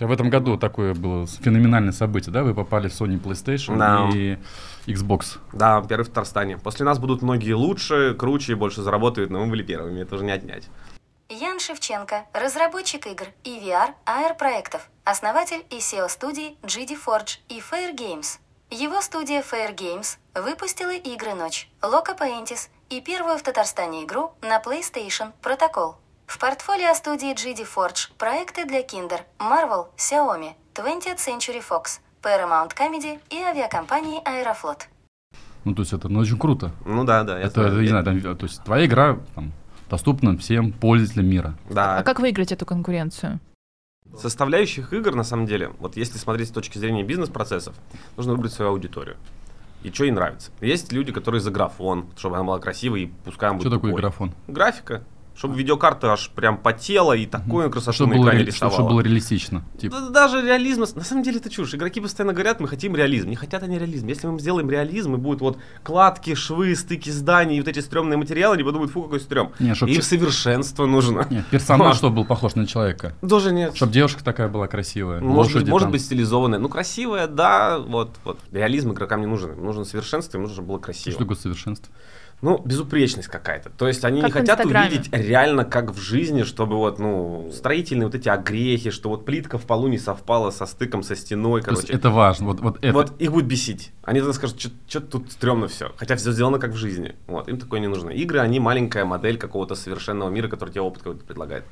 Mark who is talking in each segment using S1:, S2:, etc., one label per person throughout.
S1: А в этом году такое было феноменальное событие, да? Вы попали в Sony PlayStation и Xbox.
S2: Да, первый в Татарстане. После нас будут многие лучше, круче и больше заработают, но мы были первыми, это уже не отнять.
S3: Ян Шевченко, разработчик игр и VR, AR-проектов, основатель и SEO-студии GD Forge и Fair Games. Его студия Fair Games выпустила игры «Ночь», «Loco Paintis» и первую в Татарстане игру на PlayStation «Протокол». В портфолио студии GD Forge проекты для Kinder, Marvel, Xiaomi, 20th Century Fox, Paramount Comedy и авиакомпании Аэрофлот.
S1: Ну, то есть это очень круто.
S2: Ну да.
S1: Это не знаю, то есть твоя игра доступна всем пользователям мира.
S2: Да.
S4: А как выиграть эту конкуренцию?
S2: Составляющих игр, на самом деле, вот если смотреть с точки зрения бизнес-процессов, нужно выбрать свою аудиторию. И что ей нравится. Есть люди, которые за графон, чтобы она была красивой, и пускай она будет
S1: Что такое
S2: тупой.
S1: графон?
S2: Графика. Чтобы видеокарта аж прям потела и такую красоту на экране рисовала.
S1: Чтобы было реалистично.
S2: Да, даже реализм, на самом деле это чушь. Игроки постоянно говорят, мы хотим реализм. Не хотят они реализм. Если мы сделаем реализм, и будут вот кладки, швы, стыки зданий, и вот эти стрёмные материалы, они подумают, фу, какой стрём. Им совершенство нужно.
S1: Нет, персонаж, чтобы был похож на человека.
S2: Тоже нет.
S1: Чтобы девушка такая была красивая.
S2: Может быть стилизованная. Ну, красивая, да, вот. Реализм игрокам не нужен. Им нужно совершенство, им нужно, чтобы было красиво.
S1: Что такое совершенство?
S2: Ну, безупречность какая-то. То есть они
S4: как
S2: не хотят увидеть реально, как в жизни, чтобы вот, строительные вот эти огрехи, что вот плитка в полу не совпала со стыком, со стеной, короче.
S1: То есть это важно. Вот
S2: их будет бесить. Они тогда скажут, что тут стрёмно все. Хотя все сделано как в жизни. Вот, им такое не нужно. Игры, они маленькая модель какого-то совершенного мира, который тебе опыт какой-то предлагает.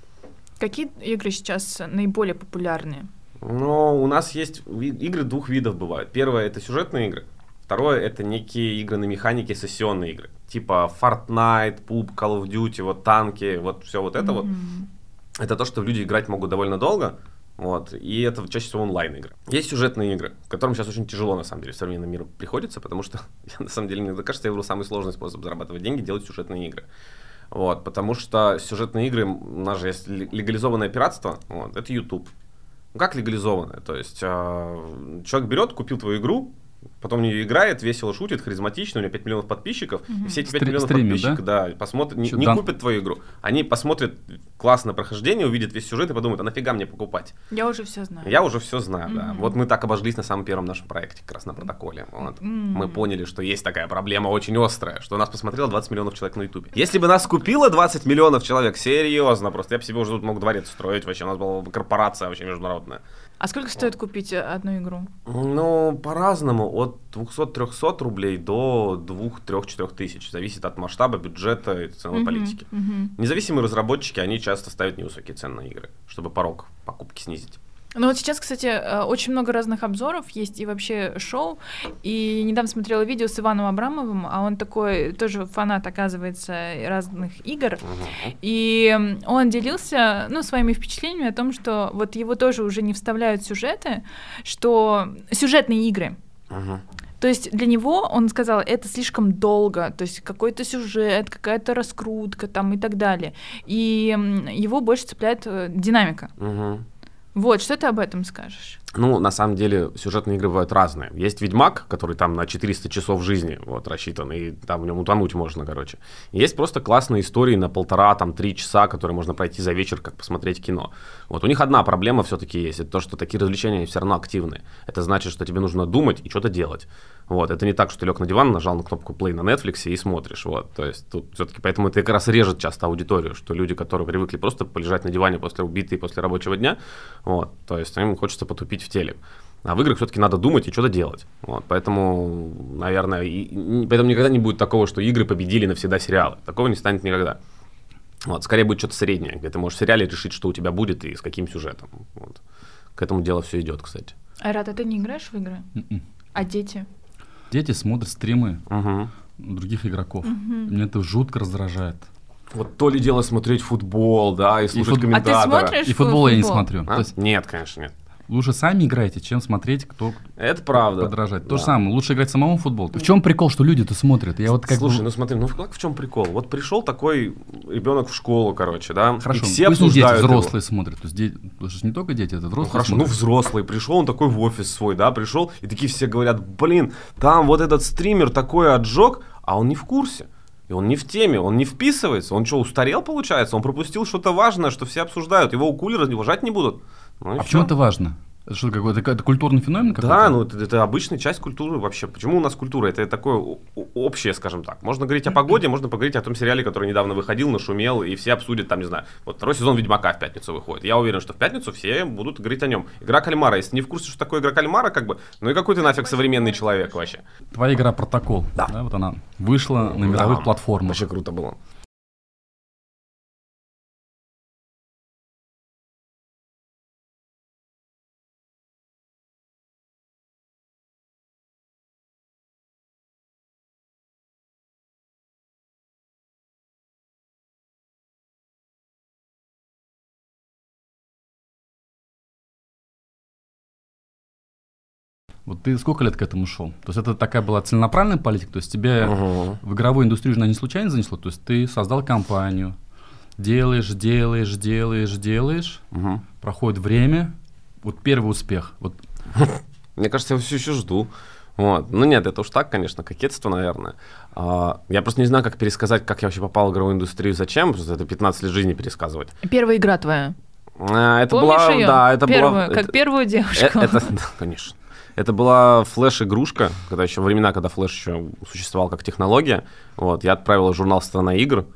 S4: Какие игры сейчас наиболее популярные?
S2: Ну, у нас есть игры двух видов бывают. Первое — это сюжетные игры. Второе — это некие игры на механике, сессионные игры. Типа Fortnite, PUBG, Call of Duty, вот танки, вот все вот это вот. Это то, что люди играть могут довольно долго. Вот, и это чаще всего онлайн-игры. Есть сюжетные игры, которым сейчас очень тяжело, на самом деле, в современном мире приходится, потому что, на самом деле, мне кажется, я выбрал самый сложный способ зарабатывать деньги — делать сюжетные игры. Вот, потому что сюжетные игры, у нас же есть легализованное пиратство, вот, это YouTube. Ну, как легализованное? То есть, человек берет, купил твою игру, потом в нее играет, весело шутит, харизматично, у него 5 миллионов подписчиков, и все эти 5 миллионов подписчиков, да, посмотрят, не купят твою игру. Они посмотрят классное прохождение, увидят весь сюжет и подумают, а нафига мне покупать?
S4: Я уже все знаю.
S2: Я уже все знаю, да. Вот мы так обожглись на самом первом нашем проекте, как раз на протоколе. Вот. Мы поняли, что есть такая проблема очень острая, что нас посмотрело 20 миллионов человек на Ютубе. Если бы нас купило 20 миллионов человек, серьезно, просто я бы себе уже тут мог дворец строить, вообще у нас была бы корпорация вообще международная.
S4: А сколько стоит купить одну игру?
S2: Ну, по-разному. От 200-300 рублей до 2-3-4 тысяч. Зависит от масштаба, бюджета и ценовой политики. Независимые разработчики, они часто ставят невысокие цены на игры, чтобы порог покупки снизить.
S4: Ну вот сейчас, кстати, очень много разных обзоров есть и вообще шоу. И недавно смотрела видео с Иваном Абрамовым, а он такой тоже фанат, оказывается, разных игр. И он делился, своими впечатлениями о том, что вот его тоже уже не вставляют в сюжеты, что сюжетные игры. То есть для него, он сказал, это слишком долго, то есть какой-то сюжет, какая-то раскрутка там и так далее. И его больше цепляет динамика. Вот, что ты об этом скажешь?
S2: Ну, на самом деле, сюжетные игры бывают разные. Есть «Ведьмак», который там на 400 часов жизни вот, рассчитан, и там в нем утонуть можно, короче. Есть просто классные истории на 1,5-3 часа, которые можно пройти за вечер, как посмотреть кино. Вот, у них одна проблема все-таки есть, это то, что такие развлечения все равно активны. Это значит, что тебе нужно думать и что-то делать. Вот, это не так, что ты лег на диван, нажал на кнопку play на Netflix и смотришь. Вот, то есть тут все-таки, поэтому это как раз режет часто аудиторию, что люди, которые привыкли просто полежать на диване после рабочего дня, вот, то есть им хочется потупить в телек. А в играх все-таки надо думать и что-то делать. Вот, поэтому, наверное, поэтому никогда не будет такого, что игры победили навсегда сериалы. Такого не станет никогда. Вот, скорее будет что-то среднее, где ты можешь в сериале решить, что у тебя будет и с каким сюжетом. Вот. К этому дело все идет, кстати.
S4: Айрат, а ты не играешь в игры? А дети?
S1: Дети смотрят стримы других игроков. Меня это жутко раздражает.
S2: Вот то ли дело смотреть футбол, да, и слушать комментатора.
S4: А ты смотришь
S1: и футбол я не смотрю.
S2: То есть, нет, конечно, нет.
S1: Лучше сами играйте, чем смотреть, кто
S2: это правда.
S1: Подражать. Да. То же самое, лучше играть самому в футбол. В чем прикол, что люди-то смотрят? Я вот
S2: Слушай, смотри, как в чем прикол? Вот пришел такой ребенок в школу, короче, да,
S1: хорошо,
S2: и все обсуждают
S1: дети взрослые
S2: его.
S1: смотрят. То есть это же не только дети, это взрослые
S2: хорошо,
S1: смотрят.
S2: Взрослый пришел, он такой в офис свой, да, пришел, и такие все говорят, блин, там вот этот стример такой отжег, а он не в курсе. И он не в теме, он не вписывается. Он что, устарел, получается? Он пропустил что-то важное, что все обсуждают. Его у кулера уважать не будут. Ну,
S1: почему это важно? Это что, какой-то культурный феномен какой-то?
S2: Да, ну это обычная часть культуры вообще. Почему у нас культура? Это такое общее, скажем так. Можно говорить о погоде, можно поговорить о том сериале, который недавно выходил, нашумел, и все обсудят, там, не знаю, вот второй сезон Ведьмака в пятницу выходит. Я уверен, что в пятницу все будут говорить о нем. Игра кальмара, если не в курсе, что такое игра кальмара, как бы, ну и какой ты нафиг современный человек вообще.
S1: Твоя игра «Протокол»,
S2: да,
S1: вот она вышла на мировых платформах.
S2: Вообще круто было.
S1: Вот ты сколько лет к этому шел? То есть это такая была целенаправленная политика? То есть тебя в игровую индустрию не случайно занесло? То есть ты создал компанию, делаешь, проходит время, вот первый успех. Вот.
S2: Мне кажется, я все еще жду. Вот. Ну нет, это уж так, конечно, кокетство, наверное. Я просто не знаю, как пересказать, как я вообще попал в игровую индустрию, зачем, просто это 15 лет жизни пересказывать.
S4: Первая игра твоя?
S2: Это
S4: помнишь
S2: была,
S4: ее?
S2: Да, это
S4: первую,
S2: была...
S4: как первую девушку?
S2: Да, конечно. Это была флеш-игрушка, когда еще времена, когда флеш еще существовал как технология. Вот, я отправил в журнал «Страна игр»,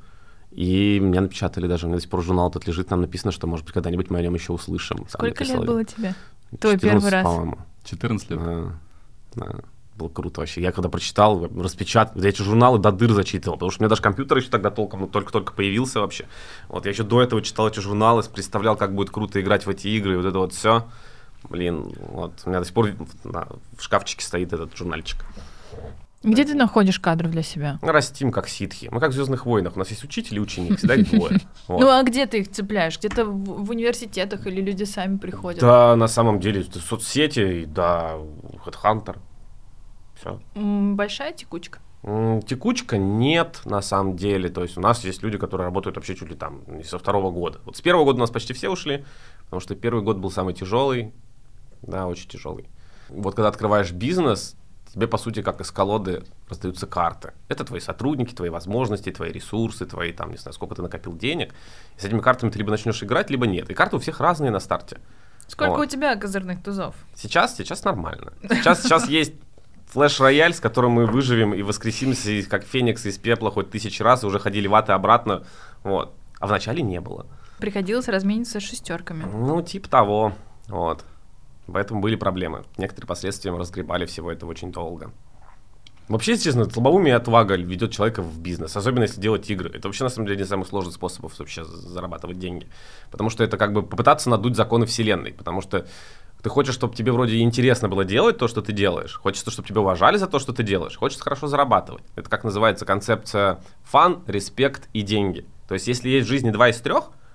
S2: и меня напечатали даже. У меня до сих пор журнал тут лежит, там написано, что, может быть, когда-нибудь мы о нем еще услышим.
S4: Сколько лет было тебе?
S2: 14,
S4: твой первый раз?
S2: По-моему.
S1: 14 лет.
S2: Да. Было круто вообще. Я когда прочитал, распечатал, я эти журналы до дыр зачитывал, потому что у меня даже компьютер еще тогда толком, только-только появился вообще. Вот, я еще до этого читал эти журналы, представлял, как будет круто играть в эти игры, и вот это вот все. Блин, вот у меня до сих пор в шкафчике стоит этот журнальчик.
S4: Где ты находишь кадры для себя?
S2: Растим как ситхи. Мы как в «Звездных войнах». У нас есть учитель и ученик, всегда их двое. Вот.
S4: Ну а где ты их цепляешь? Где-то в университетах или люди сами приходят?
S2: Да, на самом деле, соцсети, да, HeadHunter. Все.
S4: Большая текучка?
S2: Текучка нет, на самом деле. То есть у нас есть люди, которые работают вообще чуть ли там не со второго года. Вот с первого года у нас почти все ушли, потому что первый год был самый тяжелый. Да, очень тяжелый. Вот когда открываешь бизнес, тебе, по сути, как из колоды раздаются карты. Это твои сотрудники, твои возможности, твои ресурсы, твои, там, не знаю, сколько ты накопил денег. И с этими картами ты либо начнешь играть, либо нет. И карты у всех разные на старте.
S4: Сколько
S2: вот.
S4: У тебя козырных тузов?
S2: Сейчас нормально. Сейчас есть флеш-рояль, с которым мы выживем и воскресимся, как феникс из пепла хоть 1000 раз, и уже ходили в ад и обратно. Вот. А вначале не было.
S4: Приходилось размениться шестерками.
S2: Ну, типа того. Вот. Поэтому были проблемы. Некоторые последствия мы разгребали всего этого очень долго. Вообще, если честно, слабоумие и отвага ведет человека в бизнес, особенно если делать игры. Это вообще, на самом деле, один из самых сложных способов вообще зарабатывать деньги. Потому что это как бы попытаться надуть законы вселенной. Потому что ты хочешь, чтобы тебе вроде интересно было делать то, что ты делаешь. Хочется, чтобы тебя уважали за то, что ты делаешь. Хочется хорошо зарабатывать. Это как называется концепция фан, респект и деньги. То есть, если есть в жизни 2 из 3,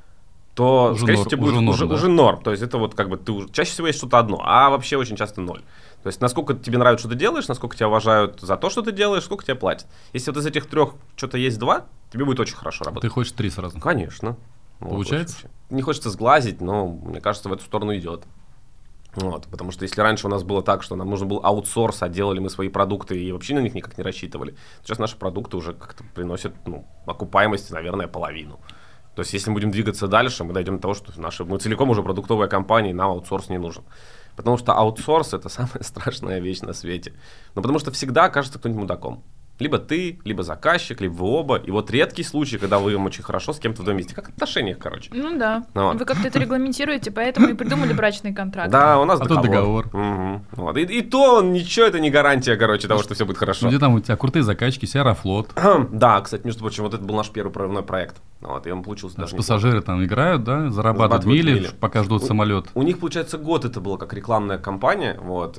S2: то,
S1: уже
S2: скорее всего, тебе будет уже норм. То есть это вот как бы ты чаще всего есть что-то одно, а вообще очень часто 0. То есть насколько тебе нравится, что ты делаешь, насколько тебя уважают за то, что ты делаешь, сколько тебе платят. Если вот из этих 3 что-то есть 2, тебе будет очень хорошо работать.
S1: Ты хочешь 3 сразу?
S2: Конечно.
S1: Получается?
S2: Вот, не хочется сглазить, но мне кажется, в эту сторону идет. Вот, потому что если раньше у нас было так, что нам нужен был аутсорс, а делали мы свои продукты и вообще на них никак не рассчитывали, сейчас наши продукты уже как-то приносят окупаемости, наверное, половину. То есть, если мы будем двигаться дальше, мы дойдем до того, что мы целиком уже продуктовая компания, и нам аутсорс не нужен. Потому что аутсорс – это самая страшная вещь на свете. Ну, потому что всегда окажется кто-нибудь мудаком. Либо ты, либо заказчик, либо вы оба. И вот редкий случай, когда вы очень хорошо с кем-то вместе. Как в отношениях, короче.
S4: Ну да.
S2: Вот.
S4: Вы как-то это регламентируете, поэтому и придумали брачный контракт.
S2: Да, у нас
S1: договор.
S2: Угу. Вот. И то ничего, это не гарантия, короче, того, что все будет хорошо.
S1: Где там у тебя крутые заказчики, Аэрофлот.
S2: Да, кстати, между прочим, вот это был наш первый прорывной проект. Вот, и он получился даже
S1: пассажиры там играют, да, зарабатывают мили, пока ждут самолет.
S2: У них, получается, год это было как рекламная кампания, вот,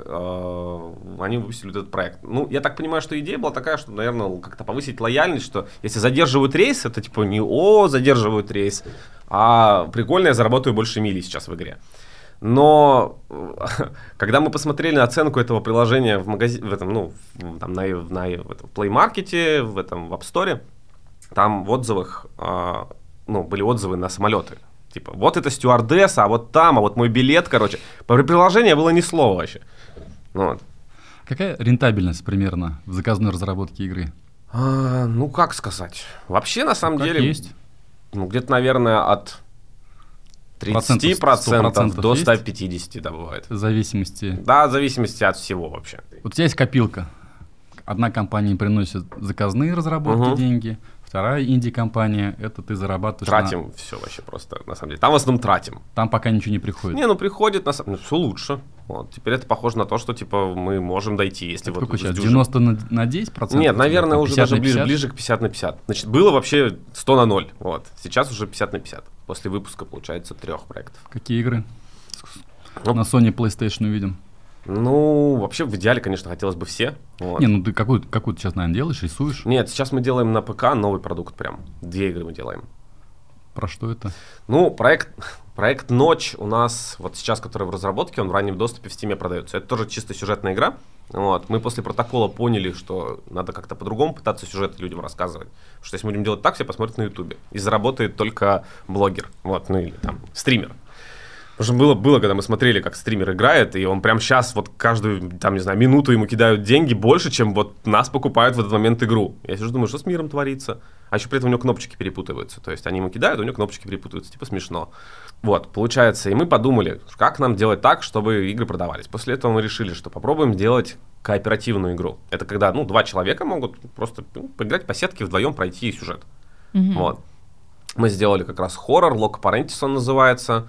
S2: они выпустили этот проект. Ну, я так понимаю, что идея была такая, что, наверное, как-то повысить лояльность, что если задерживают рейс, это типа не задерживают рейс, а прикольно, я заработаю больше мили сейчас в игре. Но когда мы посмотрели на оценку этого приложения в магазине, в этом, там, в Play Market, в App Store, там в отзывах, были отзывы на самолеты. Типа, вот это стюардесса, а вот там, а вот мой билет, короче. По приложению было ни слова вообще. Вот.
S1: Какая рентабельность примерно в заказной разработке игры?
S2: Как сказать? Вообще, на самом деле,
S1: есть?
S2: Где-то, наверное, от 30% до 150%, да, бывает.
S1: В зависимости.
S2: Да, в зависимости от всего вообще.
S1: Вот у тебя есть копилка. Одна компания приносит заказные разработки, деньги, вторая инди-компания, это ты зарабатываешь.
S2: Тратим все вообще просто, на самом деле. Там в основном тратим.
S1: Там пока ничего не приходит.
S2: Не, ну приходит, на самом деле, все лучше. Вот. Теперь это похоже на то, что типа мы можем дойти, если
S1: это
S2: вот...
S1: Сколько сейчас, 90 на 10%?
S2: Нет, наверное, уже даже
S1: ближе
S2: к 50 на 50. Значит, было вообще 100 на 0, вот. Сейчас уже 50 на 50. После выпуска, получается, 3 проектов.
S1: Какие игры на Sony PlayStation увидим?
S2: Ну, вообще, в идеале, конечно, хотелось бы все. Вот.
S1: Не, ну ты какую ты сейчас, наверное, делаешь, рисуешь?
S2: Нет, сейчас мы делаем на ПК новый продукт прям. 2 игры мы делаем.
S1: Про что это?
S2: Ну, проект «Ночь» у нас вот сейчас, который в разработке, он в раннем доступе в Steam продается. Это тоже чисто сюжетная игра. Вот. Мы после протокола поняли, что надо как-то по-другому пытаться сюжет людям рассказывать. Потому что если мы будем делать так, все посмотрят на Ютубе. И заработает только блогер, вот, ну или там стример. Потому что было, когда мы смотрели, как стример играет, и он прямо сейчас вот каждую, там, не знаю, минуту ему кидают деньги больше, чем вот нас покупают в этот момент игру. Я сижу, думаю, что с миром творится? А еще при этом у него кнопочки перепутываются. То есть они ему кидают, у него кнопочки перепутываются, типа смешно. Вот, получается, и мы подумали, как нам делать так, чтобы игры продавались. После этого мы решили, что попробуем делать кооперативную игру. Это когда, 2 человека могут просто поиграть по сетке, вдвоем пройти сюжет. Вот. Мы сделали как раз хоррор, Loco Parentis он называется.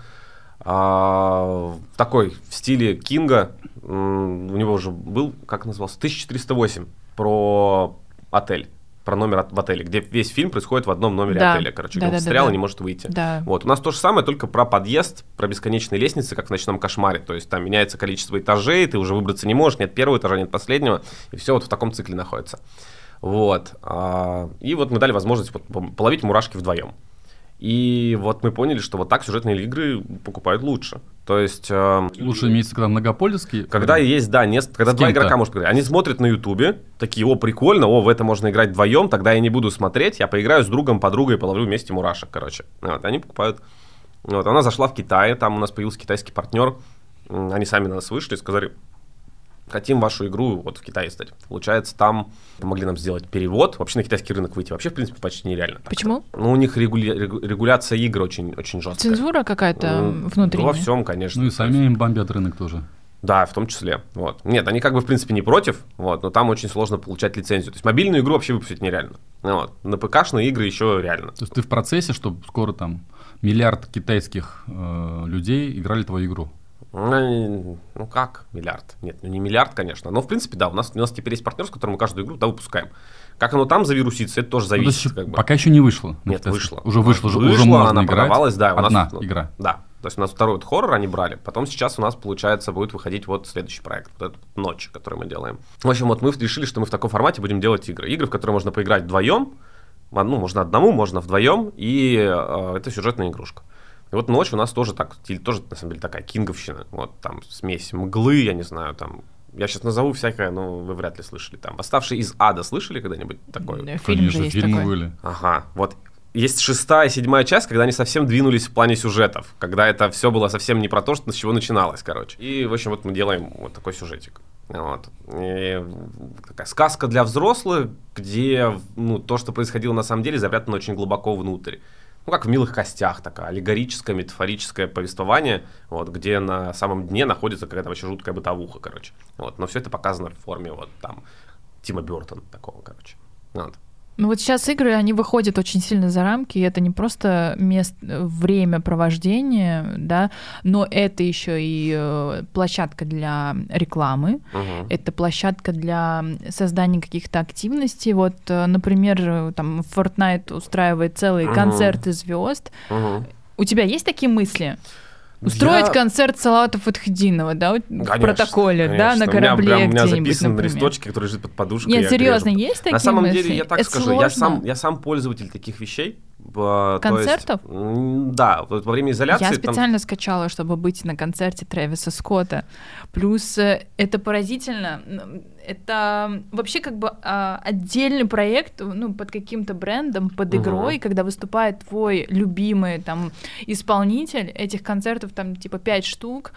S2: Такой в стиле Кинга. У него уже был, как назывался, 1408, про отель, про номер в отеле, где весь фильм происходит в одном номере отеля. Короче, он застрял и не может выйти.
S4: Да.
S2: Вот. У нас то же самое, только про подъезд, про бесконечные лестницы, как в «Ночном кошмаре». То есть там меняется количество этажей, ты уже выбраться не можешь, нет первого этажа, нет последнего, и все вот в таком цикле находится. Вот. И вот мы дали возможность половить мурашки вдвоем. И вот мы поняли, что вот так сюжетные игры покупают лучше. То есть...
S1: лучше имеется, когда многопольские?
S2: Когда есть, да, когда 2 игрока может играть. Они смотрят на Ютубе, такие, прикольно, в это можно играть вдвоем, тогда я не буду смотреть, я поиграю с другом, подругой, половлю вместе мурашек, короче. Вот, они покупают. Вот, она зашла в Китай, там у нас появился китайский партнер, они сами на нас вышли и сказали... Хотим вашу игру вот в Китае стать. Получается, там помогли нам сделать перевод. Вообще на китайский рынок выйти вообще, в принципе, почти нереально.
S4: Почему?
S2: Ну, у них регуляция игр очень, очень жесткая.
S4: Цензура какая-то внутренняя?
S2: Во всем, конечно.
S1: Ну и сами им бомбят рынок тоже.
S2: Да, в том числе. Вот. Нет, они в принципе, не против, вот, но там очень сложно получать лицензию. То есть мобильную игру вообще выпустить нереально. Вот. На ПК-шные игры еще реально.
S1: То есть ты в процессе, чтобы скоро там миллиард китайских людей играли твою игру?
S2: Ну как миллиард? Нет, не миллиард, конечно. Но в принципе, да, у нас теперь есть партнер, с которым мы каждую игру выпускаем. Как оно там завирусится, это тоже зависит.
S1: Пока еще не вышло.
S2: Нет, вышло.
S1: Уже вышло, уже можно
S2: она
S1: играть.
S2: Продавалась, да.
S1: Одна игра.
S2: Да. То есть у нас второй хоррор они брали, потом сейчас у нас, получается, будет выходить вот следующий проект, вот этот «Ночь», который мы делаем. В общем, вот мы решили, что мы в таком формате будем делать игры. Игры, в которые можно поиграть вдвоем, можно одному, можно вдвоем, и это сюжетная игрушка. И вот «Ночь» у нас тоже на самом деле такая кинговщина. Вот там смесь мглы, я не знаю, там... Я сейчас назову всякое, но вы вряд ли слышали. Там «Восставшие из ада» слышали когда-нибудь такое?
S4: Фильм же есть такой.
S1: Были.
S2: Ага, вот. Есть 6-я и 7-я часть, когда они совсем двинулись в плане сюжетов. Когда это все было совсем не про то, с чего начиналось, короче. И, в общем, вот мы делаем вот такой сюжетик. Вот. И такая сказка для взрослых, где то, что происходило на самом деле, запрятано очень глубоко внутрь. Как в «Милых костях», такое аллегорическое, метафорическое повествование, вот, где на самом дне находится какая-то вообще жуткая бытовуха, короче. Вот. Но все это показано в форме вот там Тима Бёртона такого, короче. Вот.
S4: Ну вот сейчас игры, они выходят очень сильно за рамки, и это не просто время провождения, да, но это еще и площадка для рекламы, это площадка для создания каких-то активностей. Вот, например, там Fortnite устраивает целые концерты звезд. У тебя есть такие мысли? Устроить концерт Салавата Фатхетдинова, да, в протоколе, да, на корабле
S2: у меня
S4: где-нибудь,
S2: записаны
S4: например.
S2: листочки, которые лежат под подушкой.
S4: Нет, серьезно, есть такие мысли?
S2: На самом деле, я так
S4: это
S2: скажу, я сам пользователь таких вещей.
S4: Концертов?
S2: Да, вот во время изоляции.
S4: Я специально скачала, чтобы быть на концерте Трэвиса Скотта. Плюс это поразительно. Это вообще как бы отдельный проект, под каким-то брендом, под игрой, когда выступает твой любимый там исполнитель. Этих концертов там типа 5 штук.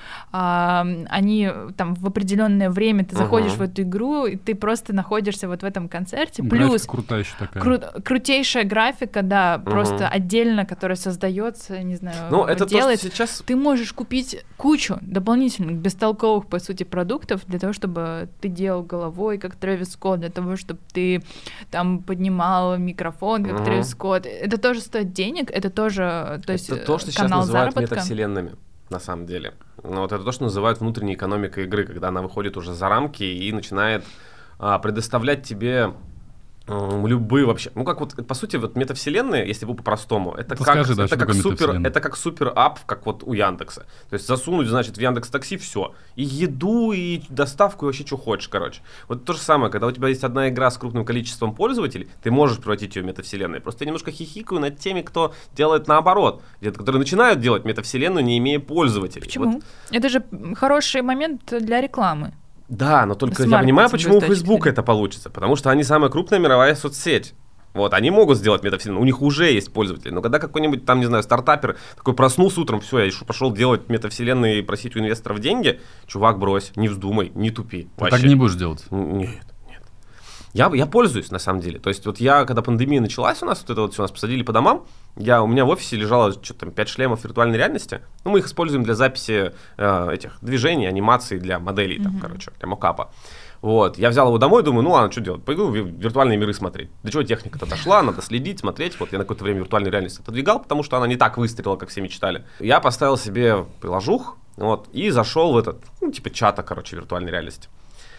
S4: Они там в определенное время ты заходишь в эту игру, и ты просто находишься вот в этом концерте. Плюс
S1: крутая еще такая.
S4: Крутейшая графика, да, просто просто отдельно, которое создается, не знаю,
S2: Ну, это
S4: делается.
S2: то, что сейчас...
S4: Ты можешь купить кучу дополнительных, бестолковых, по сути, продуктов для того, чтобы ты делал головой, как Трэвис Скотт, для того, чтобы ты там поднимал микрофон, как Трэвис Скотт. Это тоже стоит денег, это тоже, то есть,
S2: это то, что сейчас
S4: канал
S2: называют
S4: заработка.
S2: метавселенными, на самом деле. Но вот это то, что называют внутренней экономикой игры, когда она выходит уже за рамки и начинает предоставлять тебе любые вообще, ну как вот по сути вот метавселенные, если по-простому, это как
S1: скажи, да,
S2: это как супер ап, как вот у Яндекса. То есть засунуть, значит, в Яндекс.Такси все, и еду, и доставку, и вообще что хочешь, короче. Вот то же самое, когда у тебя есть одна игра с крупным количеством пользователей, ты можешь превратить ее в метавселенную. Просто я немножко хихикаю над теми, кто делает наоборот, которые начинают делать метавселенную, не имея пользователей.
S4: Почему?
S2: Вот.
S4: Это же хороший момент для рекламы.
S2: Да, но только я понимаю, почему у Facebook это получится. Потому что они самая крупная мировая соцсеть. Вот, они могут сделать метавселенную, у них уже есть пользователи. Но когда какой-нибудь там, не знаю, стартапер такой проснулся утром, все, я пошел делать метавселенные и просить у инвесторов деньги, чувак, брось, не вздумай, не тупи.
S1: Ты так не будешь делать?
S2: Нет. Я пользуюсь, на самом деле. То есть вот я, когда пандемия началась у нас, вот это вот все, нас посадили по домам, у меня в офисе лежало что-то там 5 шлемов виртуальной реальности. Ну, мы их используем для записи этих движений, анимаций для моделей, там, короче, для мокапа. Вот, я взял его домой, думаю, ну ладно, что делать, пойду в виртуальные миры смотреть. До чего техника-то дошла, надо следить, смотреть. Вот я на какое-то время виртуальную реальность отодвигал, потому что она не так выстрелила, как все мечтали. Я поставил себе приложух, вот, и зашел в этот, ну, типа чата, короче, виртуальной реальности.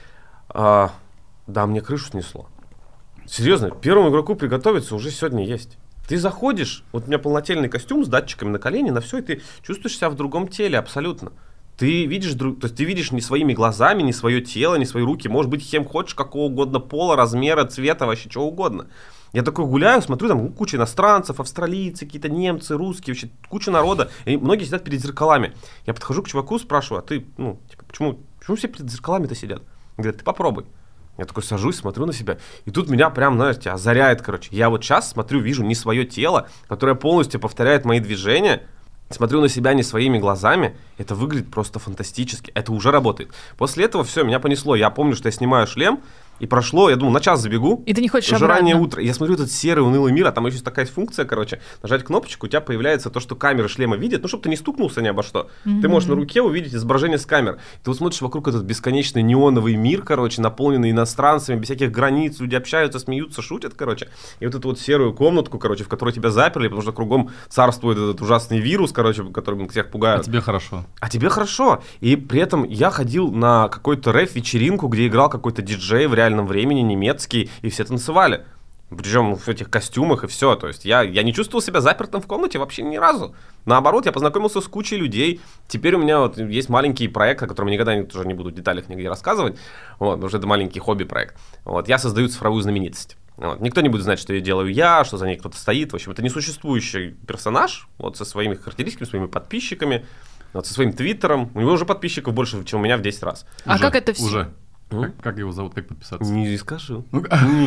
S2: Да, мне крышу снесло. Серьезно, первому игроку приготовиться уже сегодня есть. Ты заходишь, вот у меня полнотельный костюм с датчиками на колени, на все, и ты чувствуешь себя в другом теле абсолютно. Ты видишь, то есть ты видишь не своими глазами, не свое тело, не свои руки, может быть, кем хочешь, какого угодно пола, размера, цвета, вообще чего угодно. Я такой гуляю, смотрю, там куча иностранцев, австралийцы, какие-то немцы, русские, вообще куча народа, и многие сидят перед зеркалами. Я подхожу к чуваку, спрашиваю, а ты, ну, типа, почему все перед зеркалами-то сидят? Он говорит, ты попробуй. Я такой сажусь, смотрю на себя, и тут меня прям, знаете, озаряет, короче. Я вот сейчас смотрю, вижу не свое тело, которое полностью повторяет мои движения, смотрю на себя не своими глазами, это выглядит просто фантастически, это уже работает. После этого все, меня понесло, я помню, что я снимаю шлем, и прошло, я думал, на час забегу.
S4: И ты не хочешь
S2: уже
S4: обратно.
S2: раннее утро. Я смотрю этот серый унылый мир, а там еще есть такая функция, короче, нажать кнопочку, у тебя появляется то, что камера шлема видит, ну, чтобы ты не стукнулся ни обо что. Ты можешь на руке увидеть изображение с камер. Ты вот смотришь вокруг этот бесконечный неоновый мир, короче, наполненный иностранцами, без всяких границ, люди общаются, смеются, шутят, короче. И вот эту вот серую комнатку, короче, в которой тебя заперли, потому что кругом царствует этот ужасный вирус, короче, которым всех пугают.
S1: А тебе хорошо.
S2: А тебе хорошо. И при этом я ходил на какой-то рэп-вечеринку, где играл какой-то диджей в реальном времени, немецкий, и все танцевали. Причем в этих костюмах и все. То есть я не чувствовал себя запертым в комнате вообще ни разу. Наоборот, я познакомился с кучей людей. Теперь у меня вот есть маленький проект, о котором я никогда тоже не буду в деталях нигде рассказывать. Вот, потому что это маленький хобби-проект. Вот, я создаю цифровую знаменитость. Вот. Никто не будет знать, что ее делаю я, что за ней кто-то стоит. В общем, это несуществующий персонаж, вот, со своими характеристиками, своими подписчиками, вот, со своим твиттером. У него уже подписчиков больше, чем у меня в 10 раз.
S4: А как это все?
S1: Уже. Как его зовут, как подписаться?
S2: Не скажу.
S1: Ну,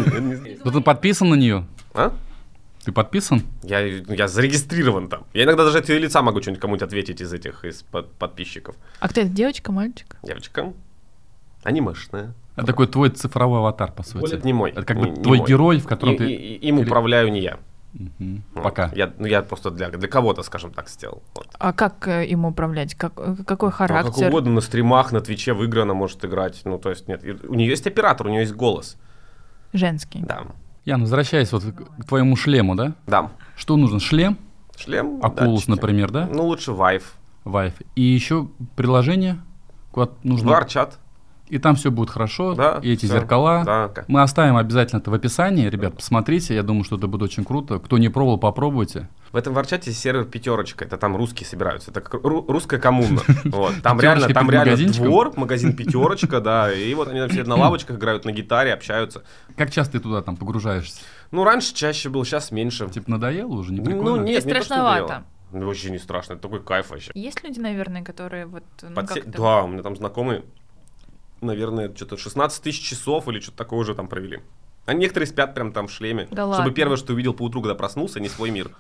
S1: ты подписан на нее?
S2: А?
S1: Ты подписан?
S2: Я зарегистрирован там. Я иногда даже от ее лица могу что-нибудь кому-нибудь ответить из подписчиков.
S4: А кто это, девочка, мальчик?
S2: Девочка. Анимешная.
S1: Это такой твой цифровой аватар, по сути.
S2: Это не мой.
S1: Это как бы
S2: не
S1: твой
S2: мой.
S1: герой, в котором ты...
S2: Им управляю не я.
S1: Вот. Пока.
S2: Я просто для кого-то, скажем так, сделал. Вот.
S4: А как им управлять? Какой характер?
S2: Как угодно, на стримах, на Твиче, в игры она может играть. Ну, то есть, нет. У нее есть оператор, у нее есть голос.
S4: Женский.
S2: Да.
S1: Ян, возвращаясь вот к твоему шлему, да?
S2: Да.
S1: Что нужно? Шлем?
S2: Шлем.
S1: Oculus,
S2: датчики.
S1: например, да?
S2: Ну, лучше Vive.
S1: Vive. И еще приложение, куда нужно...
S2: VRChat.
S1: И там все будет хорошо,
S2: Да,
S1: и эти
S2: всё.
S1: зеркала.
S2: Да.
S1: Мы оставим обязательно это в описании. Ребят, посмотрите, я думаю, что это будет очень круто. Кто не пробовал, попробуйте.
S2: В этом ворчате сервер «Пятерочка», это там русские собираются, это как русская коммуна. Вот. Там
S1: «Пятерочка»
S2: реально
S1: перед магазинчиком?
S2: двор, магазин «Пятерочка», да, и вот они там сидят на лавочках, играют на гитаре, общаются.
S1: Как часто ты туда там погружаешься?
S2: Ну, раньше чаще был, сейчас меньше.
S1: Типа надоело уже, не
S2: Ну,
S1: прикольно?
S2: нет, не то, что
S4: страшновато.
S2: надоело. Ну, вообще не страшно, это такой кайф вообще.
S4: Есть люди, наверное, которые вот... Ну, как-то...
S2: Да, у меня там знакомые, наверное, что-то 16 тысяч часов или что-то такое уже там провели. А некоторые спят прям там в шлеме,
S4: Да
S2: чтобы
S4: ладно?
S2: первое, что увидел поутру, когда проснулся, не свой мир.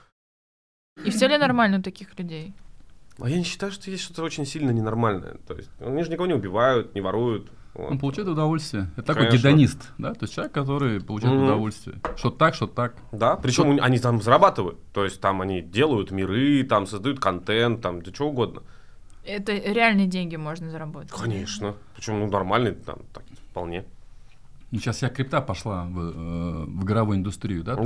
S4: И все ли нормально у таких людей?
S2: А я не считаю, что есть что-то очень сильно ненормальное. То есть они же никого не убивают, не воруют. Вот.
S1: Он получает удовольствие. Это такой
S2: Конечно.
S1: гедонист, да? То есть человек, который получает удовольствие. Что так, что так.
S2: Да, причем они там зарабатывают. То есть там они делают миры, там создают контент, там да что угодно.
S4: Это реальные деньги можно заработать.
S2: Конечно. Причем нормальный, там, так, вполне.
S1: Ну, сейчас вся крипта пошла в игровую индустрию, да? То есть